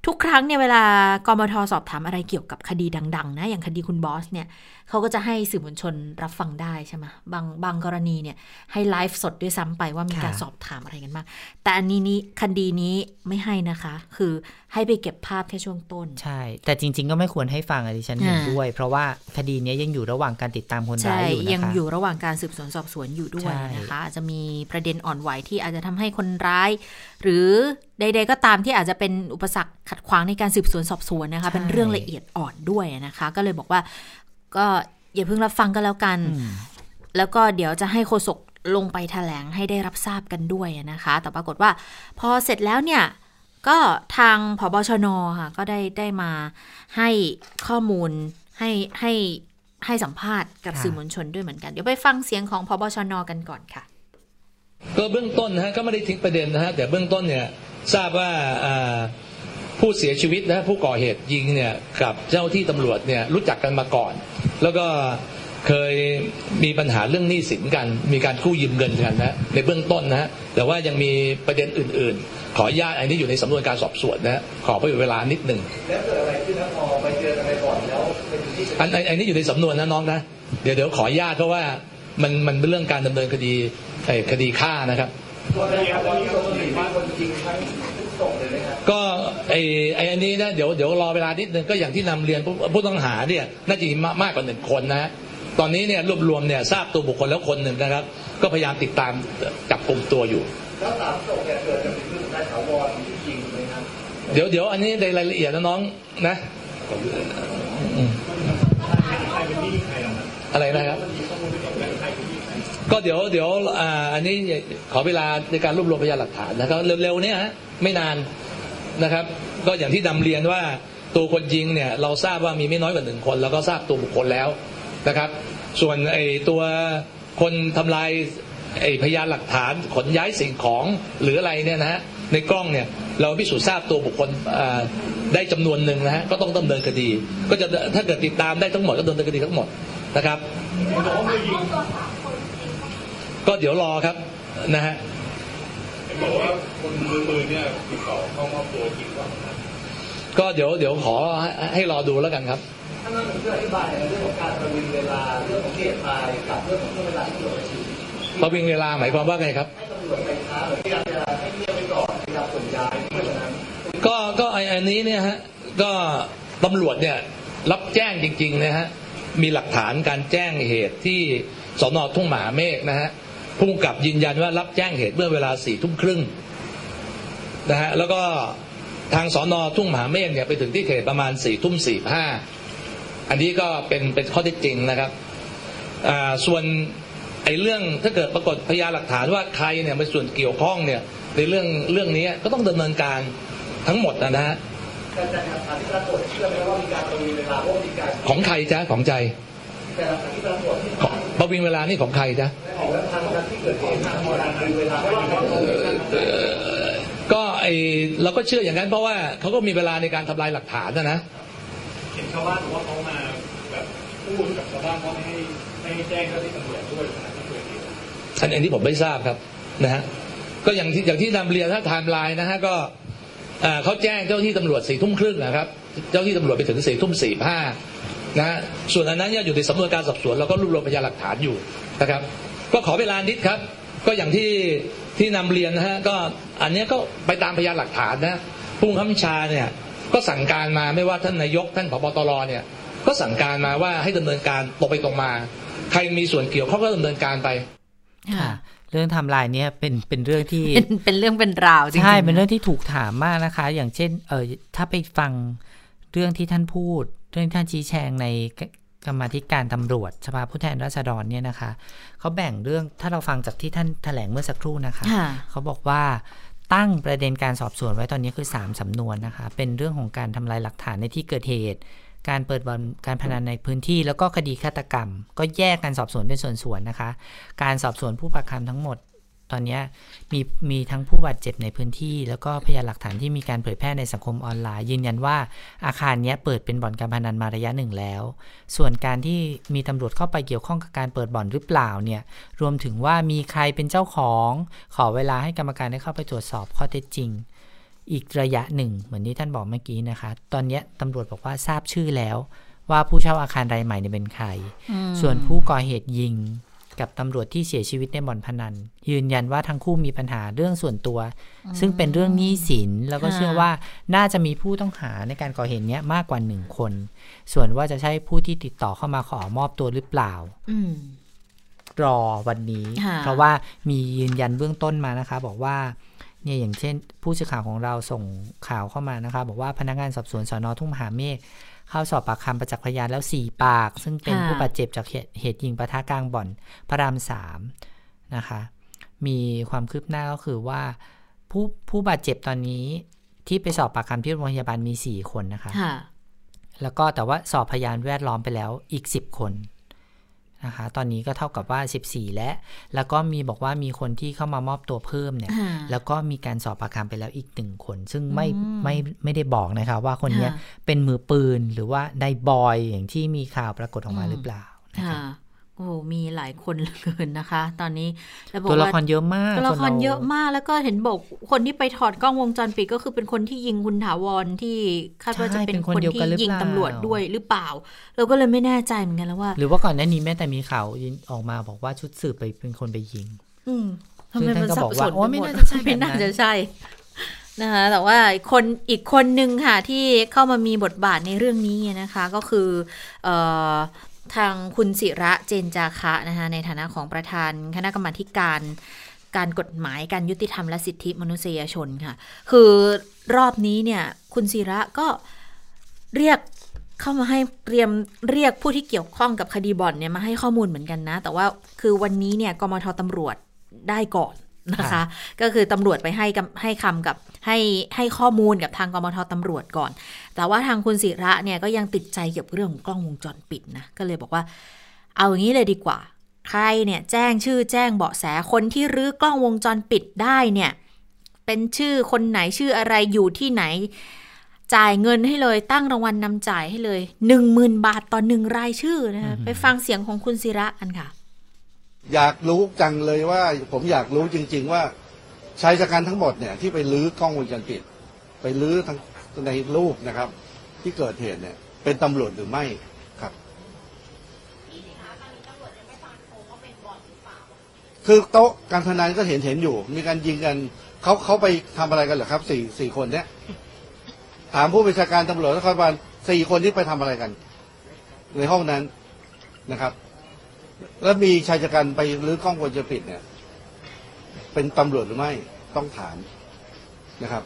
ทุกครั้งเนี่ยเวลากมท.สอบถามอะไรเกี่ยวกับคดีดังๆนะอย่างคดีคุณบอสเนี่ยเขาก็จะให้สื่อมวลชนรับฟังได้ใช่ไหมบางบางกรณีเนี่ยให้ไลฟ์สดด้วยซ้ำไปว่ามีการสอบถามอะไรกันบ้างแต่อันนี้นี้คดีนี้ไม่ให้นะคะคือให้ไปเก็บภาพแค่ช่วงต้น
ใช่แต่จริงๆก็ไม่ควรให้ฟังดิฉันเห็นด้วยเพราะว่าคดีนี้ยังอยู่ระหว่างการติดตามคนร้ายอยู่นะคะ
ยังอยู่ระหว่างการสืบสวนสอบสวนอยู่ด้วยนะคะอาจจะมีประเด็นอ่อนไหวที่อาจจะทำให้คนร้ายหรือใดๆก็ตามที่อาจจะเป็นอุปสรรคขัดขวางในการสืบสวนสอบสวนนะคะเป็นเรื่องละเอียดอ่อนด้วยนะคะก็เลยบอกว่าก็อย่าเพิ่งรับฟังก็แล้วกันแล้วก็เดี๋ยวจะให้โฆษกลงไปแถลงให้ได้รับทราบกันด้วยนะคะแต่ปรากฏว่าพอเสร็จแล้วเนี่ยก็ทางผบชน.ค่ะก็ได้ได้มาให้ข้อมูลให้ให้ให้สัมภาษณ์กับสื่อมวลชนด้วยเหมือนกันเดี๋ยวไปฟังเสียงของผบชน.กันก่อนค่ะ
ก็เบื้องต้นนะฮะก็ไม่ได้ทิ้งประเด็นนะฮะแต่เบื้องต้นเนี่ยทราบว่าผู้เสียชีวิตนะผู้ก่อเหตุยิงเนี่ยกับเจ้าที่ตำรวจเนี่ยรู้จักกันมาก่อนแล้วก็เคยมีปัญหาเรื่องหนี้สินกันมีการกู้ยืมเงินกันนะในเบื้องต้นนะฮะแต่ว่ายังมีประเด็นอื่นๆขออนุญาตอันนี้อยู่ในสำนวนการสอบสวนนะขอเวลานิดหนึ่งแล้วเกิดอะไรขึ้นนะพอไปเจออะไรก่อนแล้วอันอันนี้อยู่ในสำนวนนะน้องนะเดี๋ยวเดี๋ยวขออนุญาตเพราะว่ามันมันเป็นเรื่องการดำเนินคดีคดีฆ่านะครับก็ไอ้ไอ้อันนี้นะเดี๋ยวเดี๋ยวรอเวลานิดนึงก็อย่างที่นำเรียนผู้ต้องหาเนี่ยน่าจะมีมากกว่าหนึ่งคนนะตอนนี้เนี่ยรวบรวมเนี่ยทราบตัวบุคคลแล้วคนหนึ่งนะครับก็พยายามติดตามจับกลุ่มตัวอยู่แล้วสามศพเนี่ยเกิดจากเรื่องนายถาวรที่จริงไหมครับเดี๋ยวเดี๋ยวอันนี้ในรายละเอียดนะน้องนะอะไรนะครับก็เดี๋ยวเดี๋ยวอ่าอันนี้ขอเวลาในการรวบรวมพยานหลักฐานนะครับเร็วๆนี้ฮะไม่นานนะครับก็อย่างที่นำเรียนว่าตัวคนยิงเนี่ยเราทราบว่ามีไม่น้อยกว่าหนึ่งคนแล้วก็ทราบตัวบุคคลแล้วนะครับส่วนไอ้ตัวคนทำลายไอ้พยานหลักฐานขนย้ายสิ่งของหรืออะไรเนี่ยนะฮะในกล้องเนี่ยเราพิสูจน์ทราบตัวบุคคลได้จำนวนหนึ่งนะฮะก็ต้องดำเนินคดีก็จะถ้าเกิดติดตามได้ทั้งหมดก็ดำเนินคดีทั้งหมดนะครับก็เดี๋ยวรอครับนะฮะบอกว่าคนมือมือเนี่ยติดต่อเข้ามอบตัวจริงว่าก็เดี๋ยวเดี๋ยวขอให้รอดูแล้วกันครับท่านนั้นช่วยอธิบายเรื่องของการประวิงเวลาเรื่องของเหตุตายกับเรื่องของเวลาที่ตำรวจฉีดประวิงเวลาหมายความว่าไงครับให้ตำรวจไปช้าหรือพยายามจะให้เงียบไปก่อนพยายามส่งย้ายเพราะฉะนั้นก็ก็ไอ้อันนี้เนี่ยฮะก็ตำรวจเนี่ยรับแจ้งจริงๆนะฮะมีหลักฐานการแจ้งเหตุที่สน.ทุ่งมหาเมฆนะฮะผู้กำกับยืนยันว่ารับแจ้งเหตุเมื่อเวลาสี่ทุ่มครึ่งนะฮะแล้วก็ทางสน.ทุ่งมหาเมฆเนี่ยไปถึงที่เขตประมาณสี่ทุ่มสี่ห้าอันนี้ก็เป็นเป็นข้อเท็จจริงนะครับอ่าส่วนไอ้เรื่องถ้าเกิดปรากฏพยานหลักฐานว่าใครเนี่ยมีส่วนเกี่ยวข้องเนี่ยในเรื่องเรื่องนี้ก็ต้องดำเนินการทั้งหมดนะฮะการจัดการที่ปรากฏเชื่อไหมว่ามีการประวิงเวลาว่ามีการของใครจ๊ะของใจแต่หลักฐานที่ปรากฏประวิงเวลานี่ของใครจ๊ะก็ไอเราก็เชื่ออย่างนั้นเพราะว่าเขาก็มีเวลาในการทำลายหลักฐานนะนะเห็นชาวบ้านบอกว่าเขามาแบบพูดกับชาวบ้านเขาไม่ให้ไม่ให้แจ้งเจ้าที่ตำรวจด้วยนะที่เกิดเหตุอันอันนี้ผมไม่ทราบครับนะฮะก็อย่างที่อย่างที่นำเรียนถ้าไทม์ไลน์นะฮะก็เขาแจ้งเจ้าที่ตำรวจสี่ทุ่มครึ่งนะครับเจ้าที่ตำรวจไปถึงสี่ทุ่มสี่ห้านะส่วนอันนั้นอยู่ในสำนวนการสอบสวนเราก็รวบรวมพยานหลักฐานอยู่นะครับก็ขอเวลานิดครับก็อย่างที่ที่นำเรียนนะฮะก็อันนี้ก็ไปตามพยานหลักฐานนะผู้บังคับบัญชาเนี่ยก็สั่งการมาไม่ว่าท่านนายกท่านผบ.ตร.เนี่ยก็สั่งการมาว่าให้ดำเนินการตรงไปตรงมาใครมีส่วนเกี่ยวข้องก็ดำเนินการไป
ค่ะเรื่องไทม์ไลน์เนี่ยเป็นเป็นเรื่องที่
เป็นเป็นเรื่องเป็นราวจริงๆ
ใช่เป็นเรื่องที่ถูกถามมากนะคะอย่างเช่นเออถ้าไปฟังเรื่องที่ท่านพูดเรื่องท่านชี้แจงในกรรมาธิการตำรวจสภาผู้แทนราษฎรเนี่ยนะคะเขาแบ่งเรื่องถ้าเราฟังจากที่ท่านแถลงเมื่อสักครู่นะคะเขาบอกว่าตั้งประเด็นการสอบสวนไว้ตอนนี้คือสามสำนวนนะคะเป็นเรื่องของการทำลายหลักฐานในที่เกิดเหตุการเปิดบ่อนการพนันในพื้นที่แล้วก็คดีฆาตกรรมก็แยกการสอบสวนเป็นส่วนๆนะคะการสอบสวนผู้ปากคำทั้งหมดตอนนี้มีมีทั้งผู้บาดเจ็บในพื้นที่แล้วก็พยานหลักฐานที่มีการเผยแพร่ในสังคมออนไลน์ยืนยันว่าอาคารนี้เปิดเป็นบ่อนการพนันมาระยะหนึ่งแล้วส่วนการที่มีตำรวจเข้าไปเกี่ยวข้องกับการเปิดบ่อนหรือเปล่าเนี่ยรวมถึงว่ามีใครเป็นเจ้าของขอเวลาให้กรรมการได้เข้าไปตรวจสอบข้อเท็จจริงอีกระยะหนึ่งเหมือนที่ท่านบอกเมื่อกี้นะคะตอนนี้ตำรวจบอกว่าทราบชื่อแล้วว่าผู้เช่าอาคารรายใหม่เนี่ยเป็นใครส่วนผู้ก่อเหตุยิงกับตำรวจที่เสียชีวิตในบ่อนพนันยืนยันว่าทั้งคู่มีปัญหาเรื่องส่วนตัวซึ่งเป็นเรื่องหนี้สินแล้วก็เชื่อว่าน่าจะมีผู้ต้องหาในการก่อเหตุนี้มากกว่าหนึ่งคนส่วนว่าจะใช่ผู้ที่ติดต่อเข้ามาขอมอบตัวหรือเปล่ารอวันนี้เพราะว่ามียืนยันเบื้องต้นมานะคะบอกว่าเนี่ยอย่างเช่นผู้สื่อข่าวของเราส่งข่าวเข้ามานะคะบอกว่าพนักงานสอบสวนสน.ทุ่งมหาเมฆเข้าสอบปากคำประจักษ์พยานแล้วสี่ปากซึ่งเป็นผู้บาดเจ็บจากเหตุยิงปะทะกลางบ่อนพระรามสามนะคะมีความคืบหน้าก็คือว่าผู้ผู้บาดเจ็บตอนนี้ที่ไปสอบปากคำที่โรงพยาบาลมีสี่คนนะคะแล้วก็แต่ว่าสอบพยานแวดล้อมไปแล้วอีกสิบคนนะคะตอนนี้ก็เท่ากับว่าสิบสี่แล้วแล้วก็มีบอกว่ามีคนที่เข้ามามอบตัวเพิ่มเนี่ยแล้วก็มีการสอบปากคำไปแล้วอีกหนึ่งคนซึ่งไม่ไม่ไม่ได้บอกนะคะว่าคนนี้เป็นมือปืนหรือว่าได้บอยอย่างที่มีข่าวปรากฏออกมาหรือเปล่านะคะ
โอ้มีหลายคนเหลือเกินนะคะตอนนี้
ตัวละครเยอะมาก
ตัวละครเยอะมากแล้วก็เห็นบอกคนที่ไปถอดกล้องวงจรปิดก็คือเป็นคนที่ยิงคุณถาวรที่คาดว่าจะเป็นคนที่ยิงตำรวจด้วยหรือเปล่าเราก็เลยไม่แน่ใจเหมือนกันแล้วว่า
หรือว่าก่อนหน้านี้แม้แต่มีข่าวออกมาบอกว่าชุดสืบไปเป็นคนไปยิง
อืมทำไมมันสับสนโอ้ไม่น่าจะใช่ไม่น่าจะใช่นะคะแต่ว่าคนอีกคนนึงค่ะที่เข้ามามีบทบาทในเรื่องนี้นะคะก็คือเอ่อทางคุณศิระเจนจาคะนะคะในฐานะของประธานคณะกรรมาธิการการกฎหมายการยุติธรรมและสิทธิมนุษยชนค่ะคือรอบนี้เนี่ยคุณศิระก็เรียกเข้ามาให้เตรียมเรียกผู้ที่เกี่ยวข้องกับคดีบ่อนเนี่ยมาให้ข้อมูลเหมือนกันนะแต่ว่าคือวันนี้เนี่ยกมท.ตำรวจได้ก่อนนะคะก็คือตำรวจไปให้ให้คำกับให้ให้ข้อมูลกับทางกมท.ตำรวจก่อนแต่ว่าทางคุณศิระเนี่ยก็ยังติดใจเกี่ยวกับเรื่องของกล้องวงจรปิดนะก็เลยบอกว่าเอาอย่างนี้เลยดีกว่าใครเนี่ยแจ้งชื่อแจ้งเบาะแสคนที่รื้อกล้องวงจรปิดได้เนี่ยเป็นชื่อคนไหนชื่ออะไรอยู่ที่ไหนจ่ายเงินให้เลยตั้งรางวัลนำจ่ายให้เลย หนึ่งหมื่น บาทต่อหนึ่งรายชื่อนะคะไปฟังเสียงของคุณศิระกันค่ะ
อยากรู้จังเลยว่าผมอยากรู้จริงๆว่าชายชะกันทั้งหมดเนี่ยที่ไปลื้อกล้องวงจรปิดไปลื้อทั้งในรูปนะครับที่เกิดเหตุเนี่ยเป็นตำรวจหรือไม่ครับคือโต๊ะการพนันก็เห็นเห็นอยู่มีการยิงกันเขาเขาไปทำอะไรกันเหรอครับสี่สี่คนเนี้ยถามผู้บัญชาการตำรวจนครบาลสี่คนที่ไปทำอะไรกันในห้องนั้นนะครับแล้วมีชายชะกันไปรื้อกล้องวงจรปิดเนี่ยเป็นตำรวจหรือไม่ต้องถามนะครับ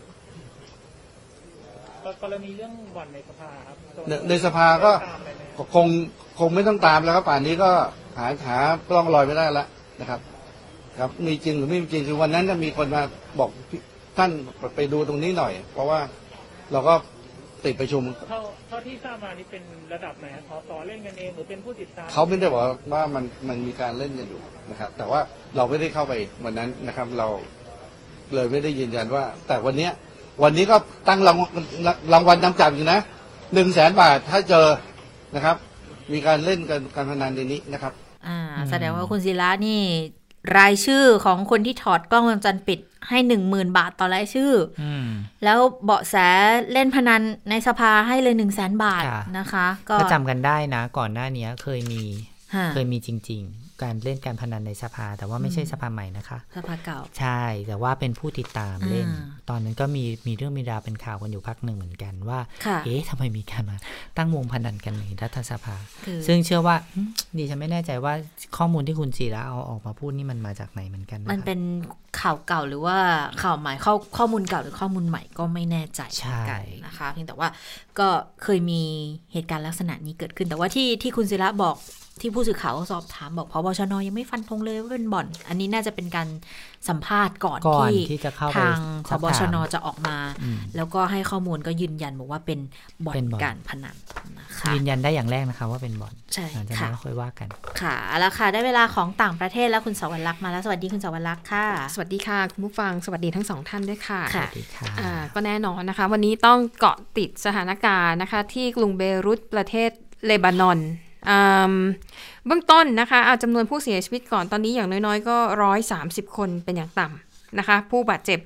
กรณีเรื่องบ่อนในสภาครับ
ในสภาก็คงคงไม่ต้องตามแล้วครับป่านนี้ก็หาหาร่องรอยไม่ได้แล้วนะครับครับมีจริงหรือไม่จริงคือวันนั้นจะมีคนมาบอกท่านไปดูตรงนี้หน่อยเพราะว่าเราก็ติดประชุม
เท่าเท่าที่ทราบมานี่เป็นระดับไหนขอต่อเล่นกันเองหรือเป็นผู้ติดตาม
เขาไม่ได้บอกว่ามันมันมีการเล่นกันอยู่นะครับแต่ว่าเราไม่ได้เข้าไปวันนั้นนะครับเราเลยไม่ได้ยืนยันว่าแต่วันนี้วันนี้ก็ตั้งรางรางวัลนำจับอยู่นะหนึ่งแสนบาทถ้าเจอนะครับมีการเล่นกันการพนันในนี้นะครับ
อ่าแสดงว่าคุณศิระนี่รายชื่อของคนที่ถอดกล้องวงจรปิดให้หนึ่งหมื่นบาทต่อรายชื่อแล้วเบาะแสเล่นพนันในสภาให้เลยหนึ่งแสนบาทนะคะ
ก็จำกันได้นะก่อนหน้านี้เคยมีเคยมีจริงๆการเล่นการพนันในสภาแต่ว่าไม่ใช่สภาใหม่นะคะ
สภาเก่า
ใช่แต่ว่าเป็นผู้ติดตามเล่นตอนนั้นก็มีมีเรื่องมีราวเป็นข่าวกันอยู่พักหนึ่งเหมือนกันว่าเอ๊ะทำไมมีการมาตั้งวงพนันกันในรัฐสภาซึ่งเชื่อว่าดิฉันไม่แน่ใจว่าข้อมูลที่คุณศิระเอาออกมาพูดนี่มันมาจากไหนเหมือนกัน
มันเป็นข่าวเก่าหรือว่าข่าวใหม่ข้อข้อมูลเก่าหรือข้อมูลใหม่ก็ไม่แน่ใจกันนะคะเพียงแต่ว่าก็เคยมีเหตุการณ์ลักษณะนี้เกิดขึ้นแต่ว่าที่ที่คุณศิระบอกที่ผู้สื่อข่าวสอบถามบอกพบชน.ยังไม่ฟันธงเลยว่าเป็นบ่อนอันนี้น่าจะเป็นการสัมภาษณ์ก่อนที่ทางพบชน.จะออกมาแล้วก็ให้ข้อมูลก็ยืนยันบอกว่าเป็นบ่อนการพนันนะคะ
ยืนยันได้อย่างแรกนะคะว่าเป็นบ่อน
ใช่
ค่ะค่อยว่ากัน
ค่ะแล้วค่ะได้เวลาของต่างประเทศแล้วคุณสวรรค์มาแล้วสวัสดีคุณสวรรค์ค่ะ
สวัสดีค่ะคุณผู้ฟังสวัสดีทั้งสองท่านด้วยค่ะ
สวัสดีค่ะ
อ่าก็แน่นอนนะคะวันนี้ต้องเกาะติดสถานการณ์นะคะที่กรุงเบรุตประเทศเลบานอนเบื้องต้นนะคะเอาจำนวนผู้เสียชีวิตก่อนตอนนี้อย่างน้อยๆก็หนึ่งร้อยสามสิบคนเป็นอย่างต่ำนะคะผู้บาดเจ็บ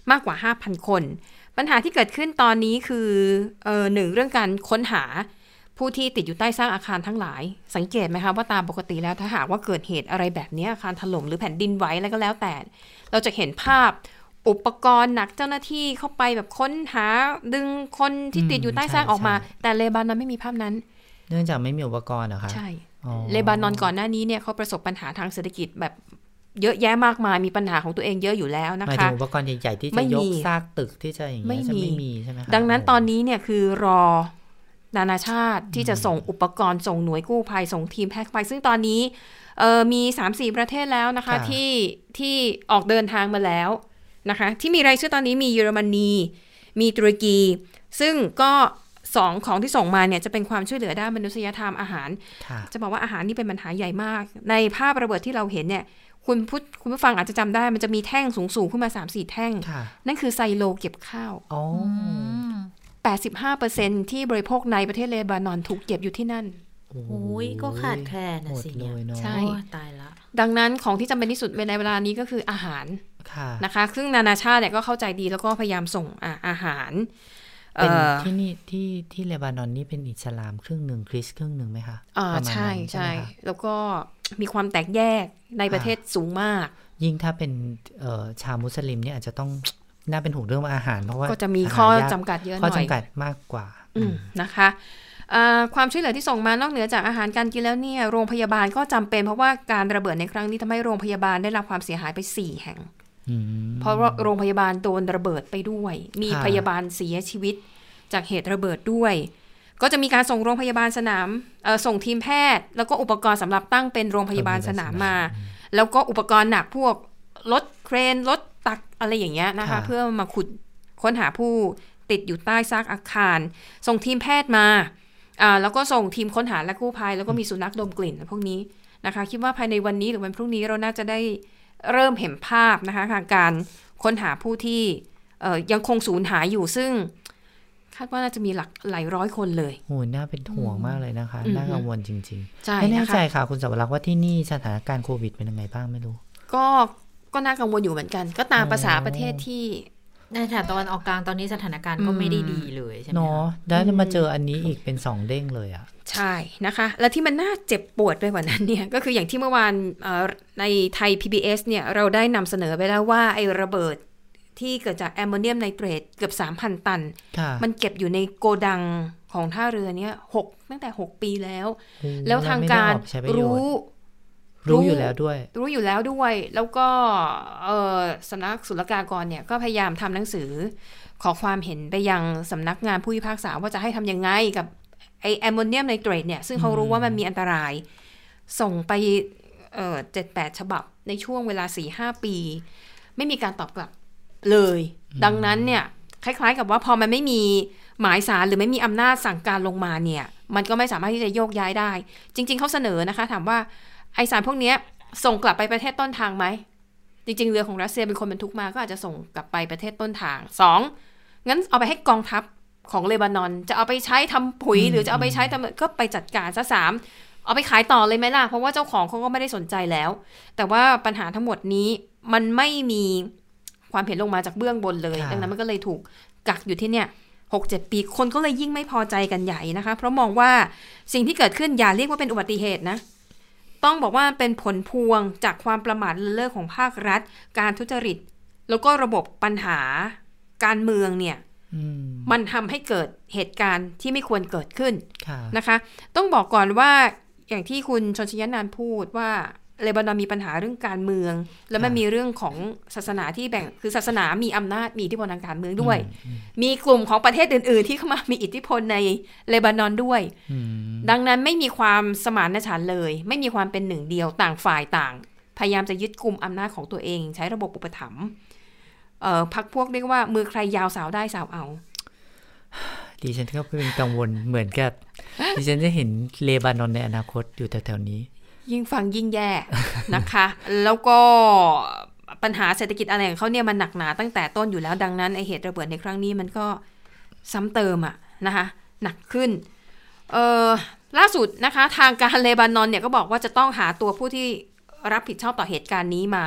มากกว่า ห้าพัน คนปัญหาที่เกิดขึ้นตอนนี้คือเอ่อหนึ่งเรื่องการค้นหาผู้ที่ติดอยู่ใต้ซากอาคารทั้งหลายสังเกตไหมคะว่าตามปกติแล้วถ้าหากว่าเกิดเหตุอะไรแบบนี้อาคารถล่มหรือแผ่นดินไหวอะไรก็แล้วแต่เราจะเห็นภาพอุปกรณ์หนักเจ้าหน้าที่เข้าไปแบบค้นหาดึงคนที่ติดอยู่ใต้ซากออกมาแต่เลบานอนไม่มีภาพนั้น
เนื่องจากไม่มีอุปกรณ์เหรอคะ
ใช่เลบานอนก่อนหน้านี้เนี่ยเขาประสบปัญหาทางเศรษฐกิจแบบเยอะแยะมากมายมีปัญหาของตัวเองเยอะอยู่แล้วนะคะหมาย
ถึงอุปกรณ์ใหญ่ๆที่จะยกซากตึกที่จะอย่างนี้จะไม่มีใช่ไหมคะ
ดังนั้นตอนนี้เนี่ยคือรอนานาชาติที่จะส่งอุปกรณ์ส่งหน่วยกู้ภัยส่งทีมแพทย์ไปซึ่งตอนนี้มี สามสี่ ประเทศแล้วนะคะที่ที่ออกเดินทางมาแล้วนะคะที่มีรายชื่อตอนนี้มีเยอรมนีมีตุรกีซึ่งก็สองของที่ส่งมาเนี่ยจะเป็นความช่วยเหลือด้านมนุษยธรรมอาหารจะบอกว่าอาหารนี่เป็นปัญหาใหญ่มากในภาพระเบิดที่เราเห็นเนี่ยคุณผู้คุณผู้ฟังอาจจะจำได้มันจะมีแท่งสูงๆขึ้นมา สามสี่ แท่งนั่นคือไซโลเก็บข้าว
อ๋อ
แปดสิบห้าเปอร์เซ็นต์ ที่บริโภคในประเทศเลบานอนถูกเก็บอยู่ที่นั่น
โอ้ยก็ขาดแคลนนะสิเนี่ย
ใช่
ตายละ
ดังนั้นของที่จำเป็นที่สุดในเวลานี้ก็คืออาหารนะคะซึ่งนานาชาติเนี่ยก็เข้าใจดีแล้วก็พยายามส่งอาอาหาร
เป็นที่นี่ที่ที่เลบานอนนี่เป็นอิสลามครึ่งหนึ่งคริสต์ครึ่งหนึ่งไหมคะ
อ่าใช่ใช่แล้วก็มีความแตกแยกในประเทศสูงมาก
ยิ่งถ้าเป็นชาวมุสลิมเนี่ยอาจจะต้องน่าเป็นห่วงเรื่องอาหารเพราะว่า
ก็จะมีข้อจำกัดเยอะหน่อย
ข้อจำกัดมากกว่า
นะคะความช่วยเหลือที่ส่งมานอกเหนือจากอาหารการกินแล้วเนี่ยโรงพยาบาลก็จำเป็นเพราะว่าการระเบิดในครั้งนี้ทำให้โรงพยาบาลได้รับความเสียหายไปสี่แห่งเพราะว่าโรงพยาบาลโดนระเบิดไปด้วยมีพยาบาลเสียชีวิตจากเหตุระเบิดด้วยก็จะมีการส่งโรงพยาบาลสนามส่งทีมแพทย์แล้วก็อุปกรณ์สำหรับตั้งเป็นโรงพยาบาลสนามมาแล้วก็อุปกรณ์หนักพวกรถเครนรถตักอะไรอย่างเงี้ยนะคะเพื่อมาขุดค้นหาผู้ติดอยู่ใต้ซากอาคารส่งทีมแพทย์มาอ่าแล้วก็ส่งทีมค้นหาและกู้ภัยแล้วก็มีสุนัขดมกลิ่นพวกนี้นะคะคิดว่าภายในวันนี้หรือวันพรุ่งนี้เราน่าจะได้เริ่มเห็นภาพนะคะการค้นหาผู้ที่ยังคงสูญหายอยู่ซึ่งคาดว่าน่าจะมีหลักหลายร้อยคนเลย
โหน่าเป็นห่วงมากเลยนะคะน่ากังวลจริงๆไม่แน่ใจค่ะคุณสวรักษ์ว่าที่นี่สถานการณ์โควิดเป็นยังไงบ้างไม่รู้
ก็ก็น่ากังวลอยู่เหมือนกันก็ตามภาษาประเทศที่
ในแถบตะวันออกกลางตอนนี้สถานการณ์ก็ไม่ได้ดีเลยใช่ไหม
เนาะได้มาเจออันนี้อีกเป็นสองเด้งเลยอ่ะ
ใช่นะคะและที่มันน่าเจ็บปวดไปกว่านั้นเนี่ยก็คืออย่างที่เมื่อวานในไทย พี บี เอส เนี่ยเราได้นำเสนอไปแล้วว่าไอ้ระเบิดที่เกิดจากแอมโมเนียมไนเตรตเกือบ สามพัน ตันมันเก็บอยู่ในโกดังของท่าเรือเนี่ยหกตั้งแต่หกปีแล้วแล้วทางการรู้
รู้อยู่แล้วด้วย
รู้อยู่แล้วด้วยแล้วก็สำนักศุลกากรเนี่ยก็พยายามทำหนังสือขอความเห็นไปยังสำนักงานผู้พิพากษาว่าจะให้ทำยังไงกับไอแอมโมเนียมไนเตรตเนี่ยซึ่งเขารู้ว่ามันมีอันตรายส่งไปเอ่อ เจ็ดแปด ฉบับในช่วงเวลา สี่ห้า ปีไม่มีการตอบกลับเลยดังนั้นเนี่ยคล้ายๆกับว่าพอมันไม่มีหมายศาลหรือไม่มีอำนาจสั่งการลงมาเนี่ยมันก็ไม่สามารถที่จะโยกย้ายได้จริงๆเขาเสนอนะคะถามว่าไอสารพวกนี้ส่งกลับไปประเทศต้นทางไหมจริงๆเรือของรัสเซียเป็นคนบรรทุกมาก็อาจจะส่งกลับไปประเทศต้นทางสองงั้นเอาไปให้กองทัพของเลบานอนจะเอาไปใช้ทำปุ๋ยหรือจะเอาไปใช้ทำก็ไปจัดการซะสามเอาไปขายต่อเลยไหมล่ะเพราะว่าเจ้าของเขาก็ไม่ได้สนใจแล้วแต่ว่าปัญหาทั้งหมดนี้มันไม่มีความเห็นลงมาจากเบื้องบนเลยดังนั้นมันก็เลยถูกกักอยู่ที่เนี่ย หกเจ็ด ปีคนก็เลยยิ่งไม่พอใจกันใหญ่นะคะเพราะมองว่าสิ่งที่เกิดขึ้นอย่าเรียกว่าเป็นอุบัติเหตุนะต้องบอกว่าเป็นผลพวงจากความประมาทเลินเล่อของภาครัฐการทุจริตแล้วก็ระบบปัญหาการเมืองเนี่ยมันทำให้เกิดเหตุการณ์ที่ไม่ควรเกิดขึ้นนะคะต้องบอกก่อนว่าอย่างที่คุณชนชยนันท์พูดว่าเลบานอนมีปัญหาเรื่องการเมืองแล้วมันมีเรื่องของศาสนาที่แบ่งคือศาสนามีอำนาจมีอิทธิพลทางการเมืองด้วยมีกลุ่มของประเทศอื่นๆที่เข้ามามีอิทธิพลในเลบานอนด้วยดังนั้นไม่มีความสมานฉันท์เลยไม่มีความเป็นหนึ่งเดียวต่างฝ่ายต่างพยายามจะยึดกุมอำนาจของตัวเองใช้ระบบอุปถัมภ์เอ่อพรรคพวกเรียกว่ามือใครยาวสาวได้สาวเอา
ดิฉันก็เป็นกังวลเหมือนกับดิฉันจะเห็นเลบานอนในอนาคตอยู่แถวๆนี้
ยิ่งฟังยิ่งแย่ นะคะแล้วก็ปัญหาเศรษฐกิจอะไรของเขาเนี่ยมันหนักหนาตั้งแต่ต้นอยู่แล้วดังนั้นไอเหตุระเบิดในครั้งนี้มันก็ซ้ำเติมอะนะคะหนักขึ้นเอ่อล่าสุดนะคะทางการเลบานอนเนี่ยก็บอกว่าจะต้องหาตัวผู้ที่รับผิดชอบต่อเหตุการณ์นี้มา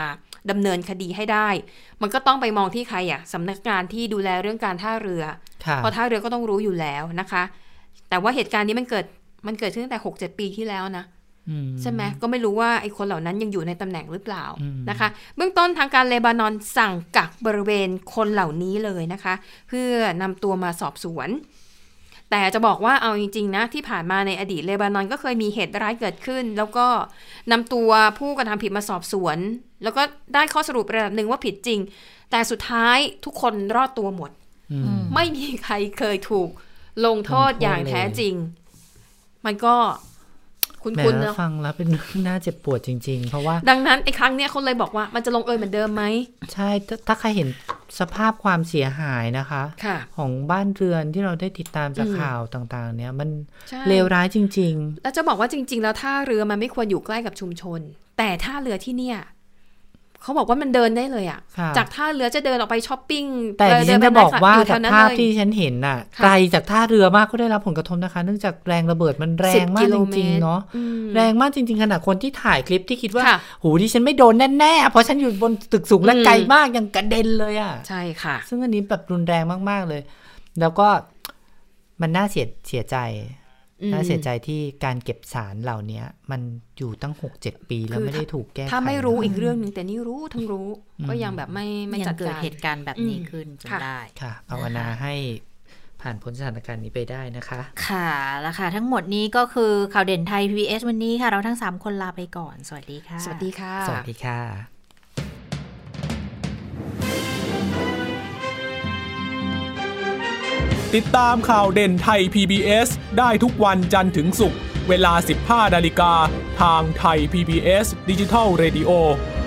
ดำเนินคดีให้ได้มันก็ต้องไปมองที่ใครอ่ะสำนักงานที่ดูแลเรื่องการท่าเรือเพราะท่าเรือก็ต้องรู้อยู่แล้วนะคะแต่ว่าเหตุการณ์นี้มันเกิดมันเกิดขึ้นตั้งแต่ หกเจ็ด ปีที่แล้วนะใช่ไหมก็ไม่รู้ว่าไอ้คนเหล่านั้นยังอยู่ในตำแหน่งหรือเปล่านะคะเบื้องต้นทางการเลบานอนสั่งกักบริเวณคนเหล่านี้เลยนะคะเพื่อนำตัวมาสอบสวนแต่จะบอกว่าเอาจริงๆนะที่ผ่านมาในอดีตเลบานอนก็เคยมีเหตุร้ายเกิดขึ้นแล้วก็นำตัวผู้กระทำผิดมาสอบสวนแล้วก็ได้ข้อสรุประดับหนึ่งว่าผิดจริงแต่สุดท้ายทุกคนรอดตัวหมดไม่มีใครเคยถูกลงโทษอย่างแท้จริงมันก็คุณคุณเนาะ
ฟังแล้วเป็นน่าเจ็บปวดจริงๆเพราะว่า
ดังนั้นไอ้ครั้งเนี้ยเขาเลยบอกว่ามันจะลงเอยเหมือนเดิมไหม
ใช่ถ้าใครเห็นสภาพความเสียหายนะคะของบ้านเรือนที่เราได้ติดตามจากข่าวต่างๆเนี้ยมันเลวร้ายจริง
ๆแล้วจะบอกว่าจริงๆแล้วท่าเรือมันไม่ควรอยู่ใกล้กับชุมชนแต่ท่าเรือที่เนี่ยเขาบอกว่ามันเดินได้เลยอ่ะจากท่าเรือจะเดินออกไปช้อปปิ้ง
แต่ดิฉันจะบอกว่าจากภาพที่ฉันเห็นน่ะไกลจากท่าเรือมากก็ได้รับผลกระทบนะคะเนื่องจากแรงระเบิดมันแรงมากจริงๆเนาะแรงมากจริงๆขนาดคนที่ถ่ายคลิปที่คิดว่าโหดิฉันไม่โดนแน่ๆเพราะฉันอยู่บนตึกสูงและไกลมากยังกระเด็นเลยอ่ะ
ใช่ค่ะ
ซึ่งอันนี้แบบรุนแรงมากๆเลยแล้วก็มันน่าเสียเสียใจน่าเสียใจที่การเก็บสารเหล่านี้มันอยู่ตั้ง หกเจ็ด ปีแล้วไม่ได้ถูกแก้ไข
ถ้าไม่รู้อีกเรื่องนึงแต่นี่รู้ทั้งรู้ก็ยังแบบไม่ไม่จัดการ
เกิดเหตุการณ์แบบนี้ขึ้นจนได้
ค่ะภาวนาให้ผ่านพ้นสถานการณ์นี้ไปได้นะคะ
ค่ะแล้วค่ะทั้งหมดนี้ก็คือข่าวเด่นไทย พี บี เอส วันนี้ค่ะเราทั้งสามคนลาไปก่อนสวัสดีค่ะ
สวัสดีค่ะ
สวัสดีค่ะ
ติดตามข่าวเด่นไทย พี บี เอส ได้ทุกวันจันทร์ถึงศุกร์เวลา สิบห้านาฬิกาทางไทย พี บี เอส Digital Radio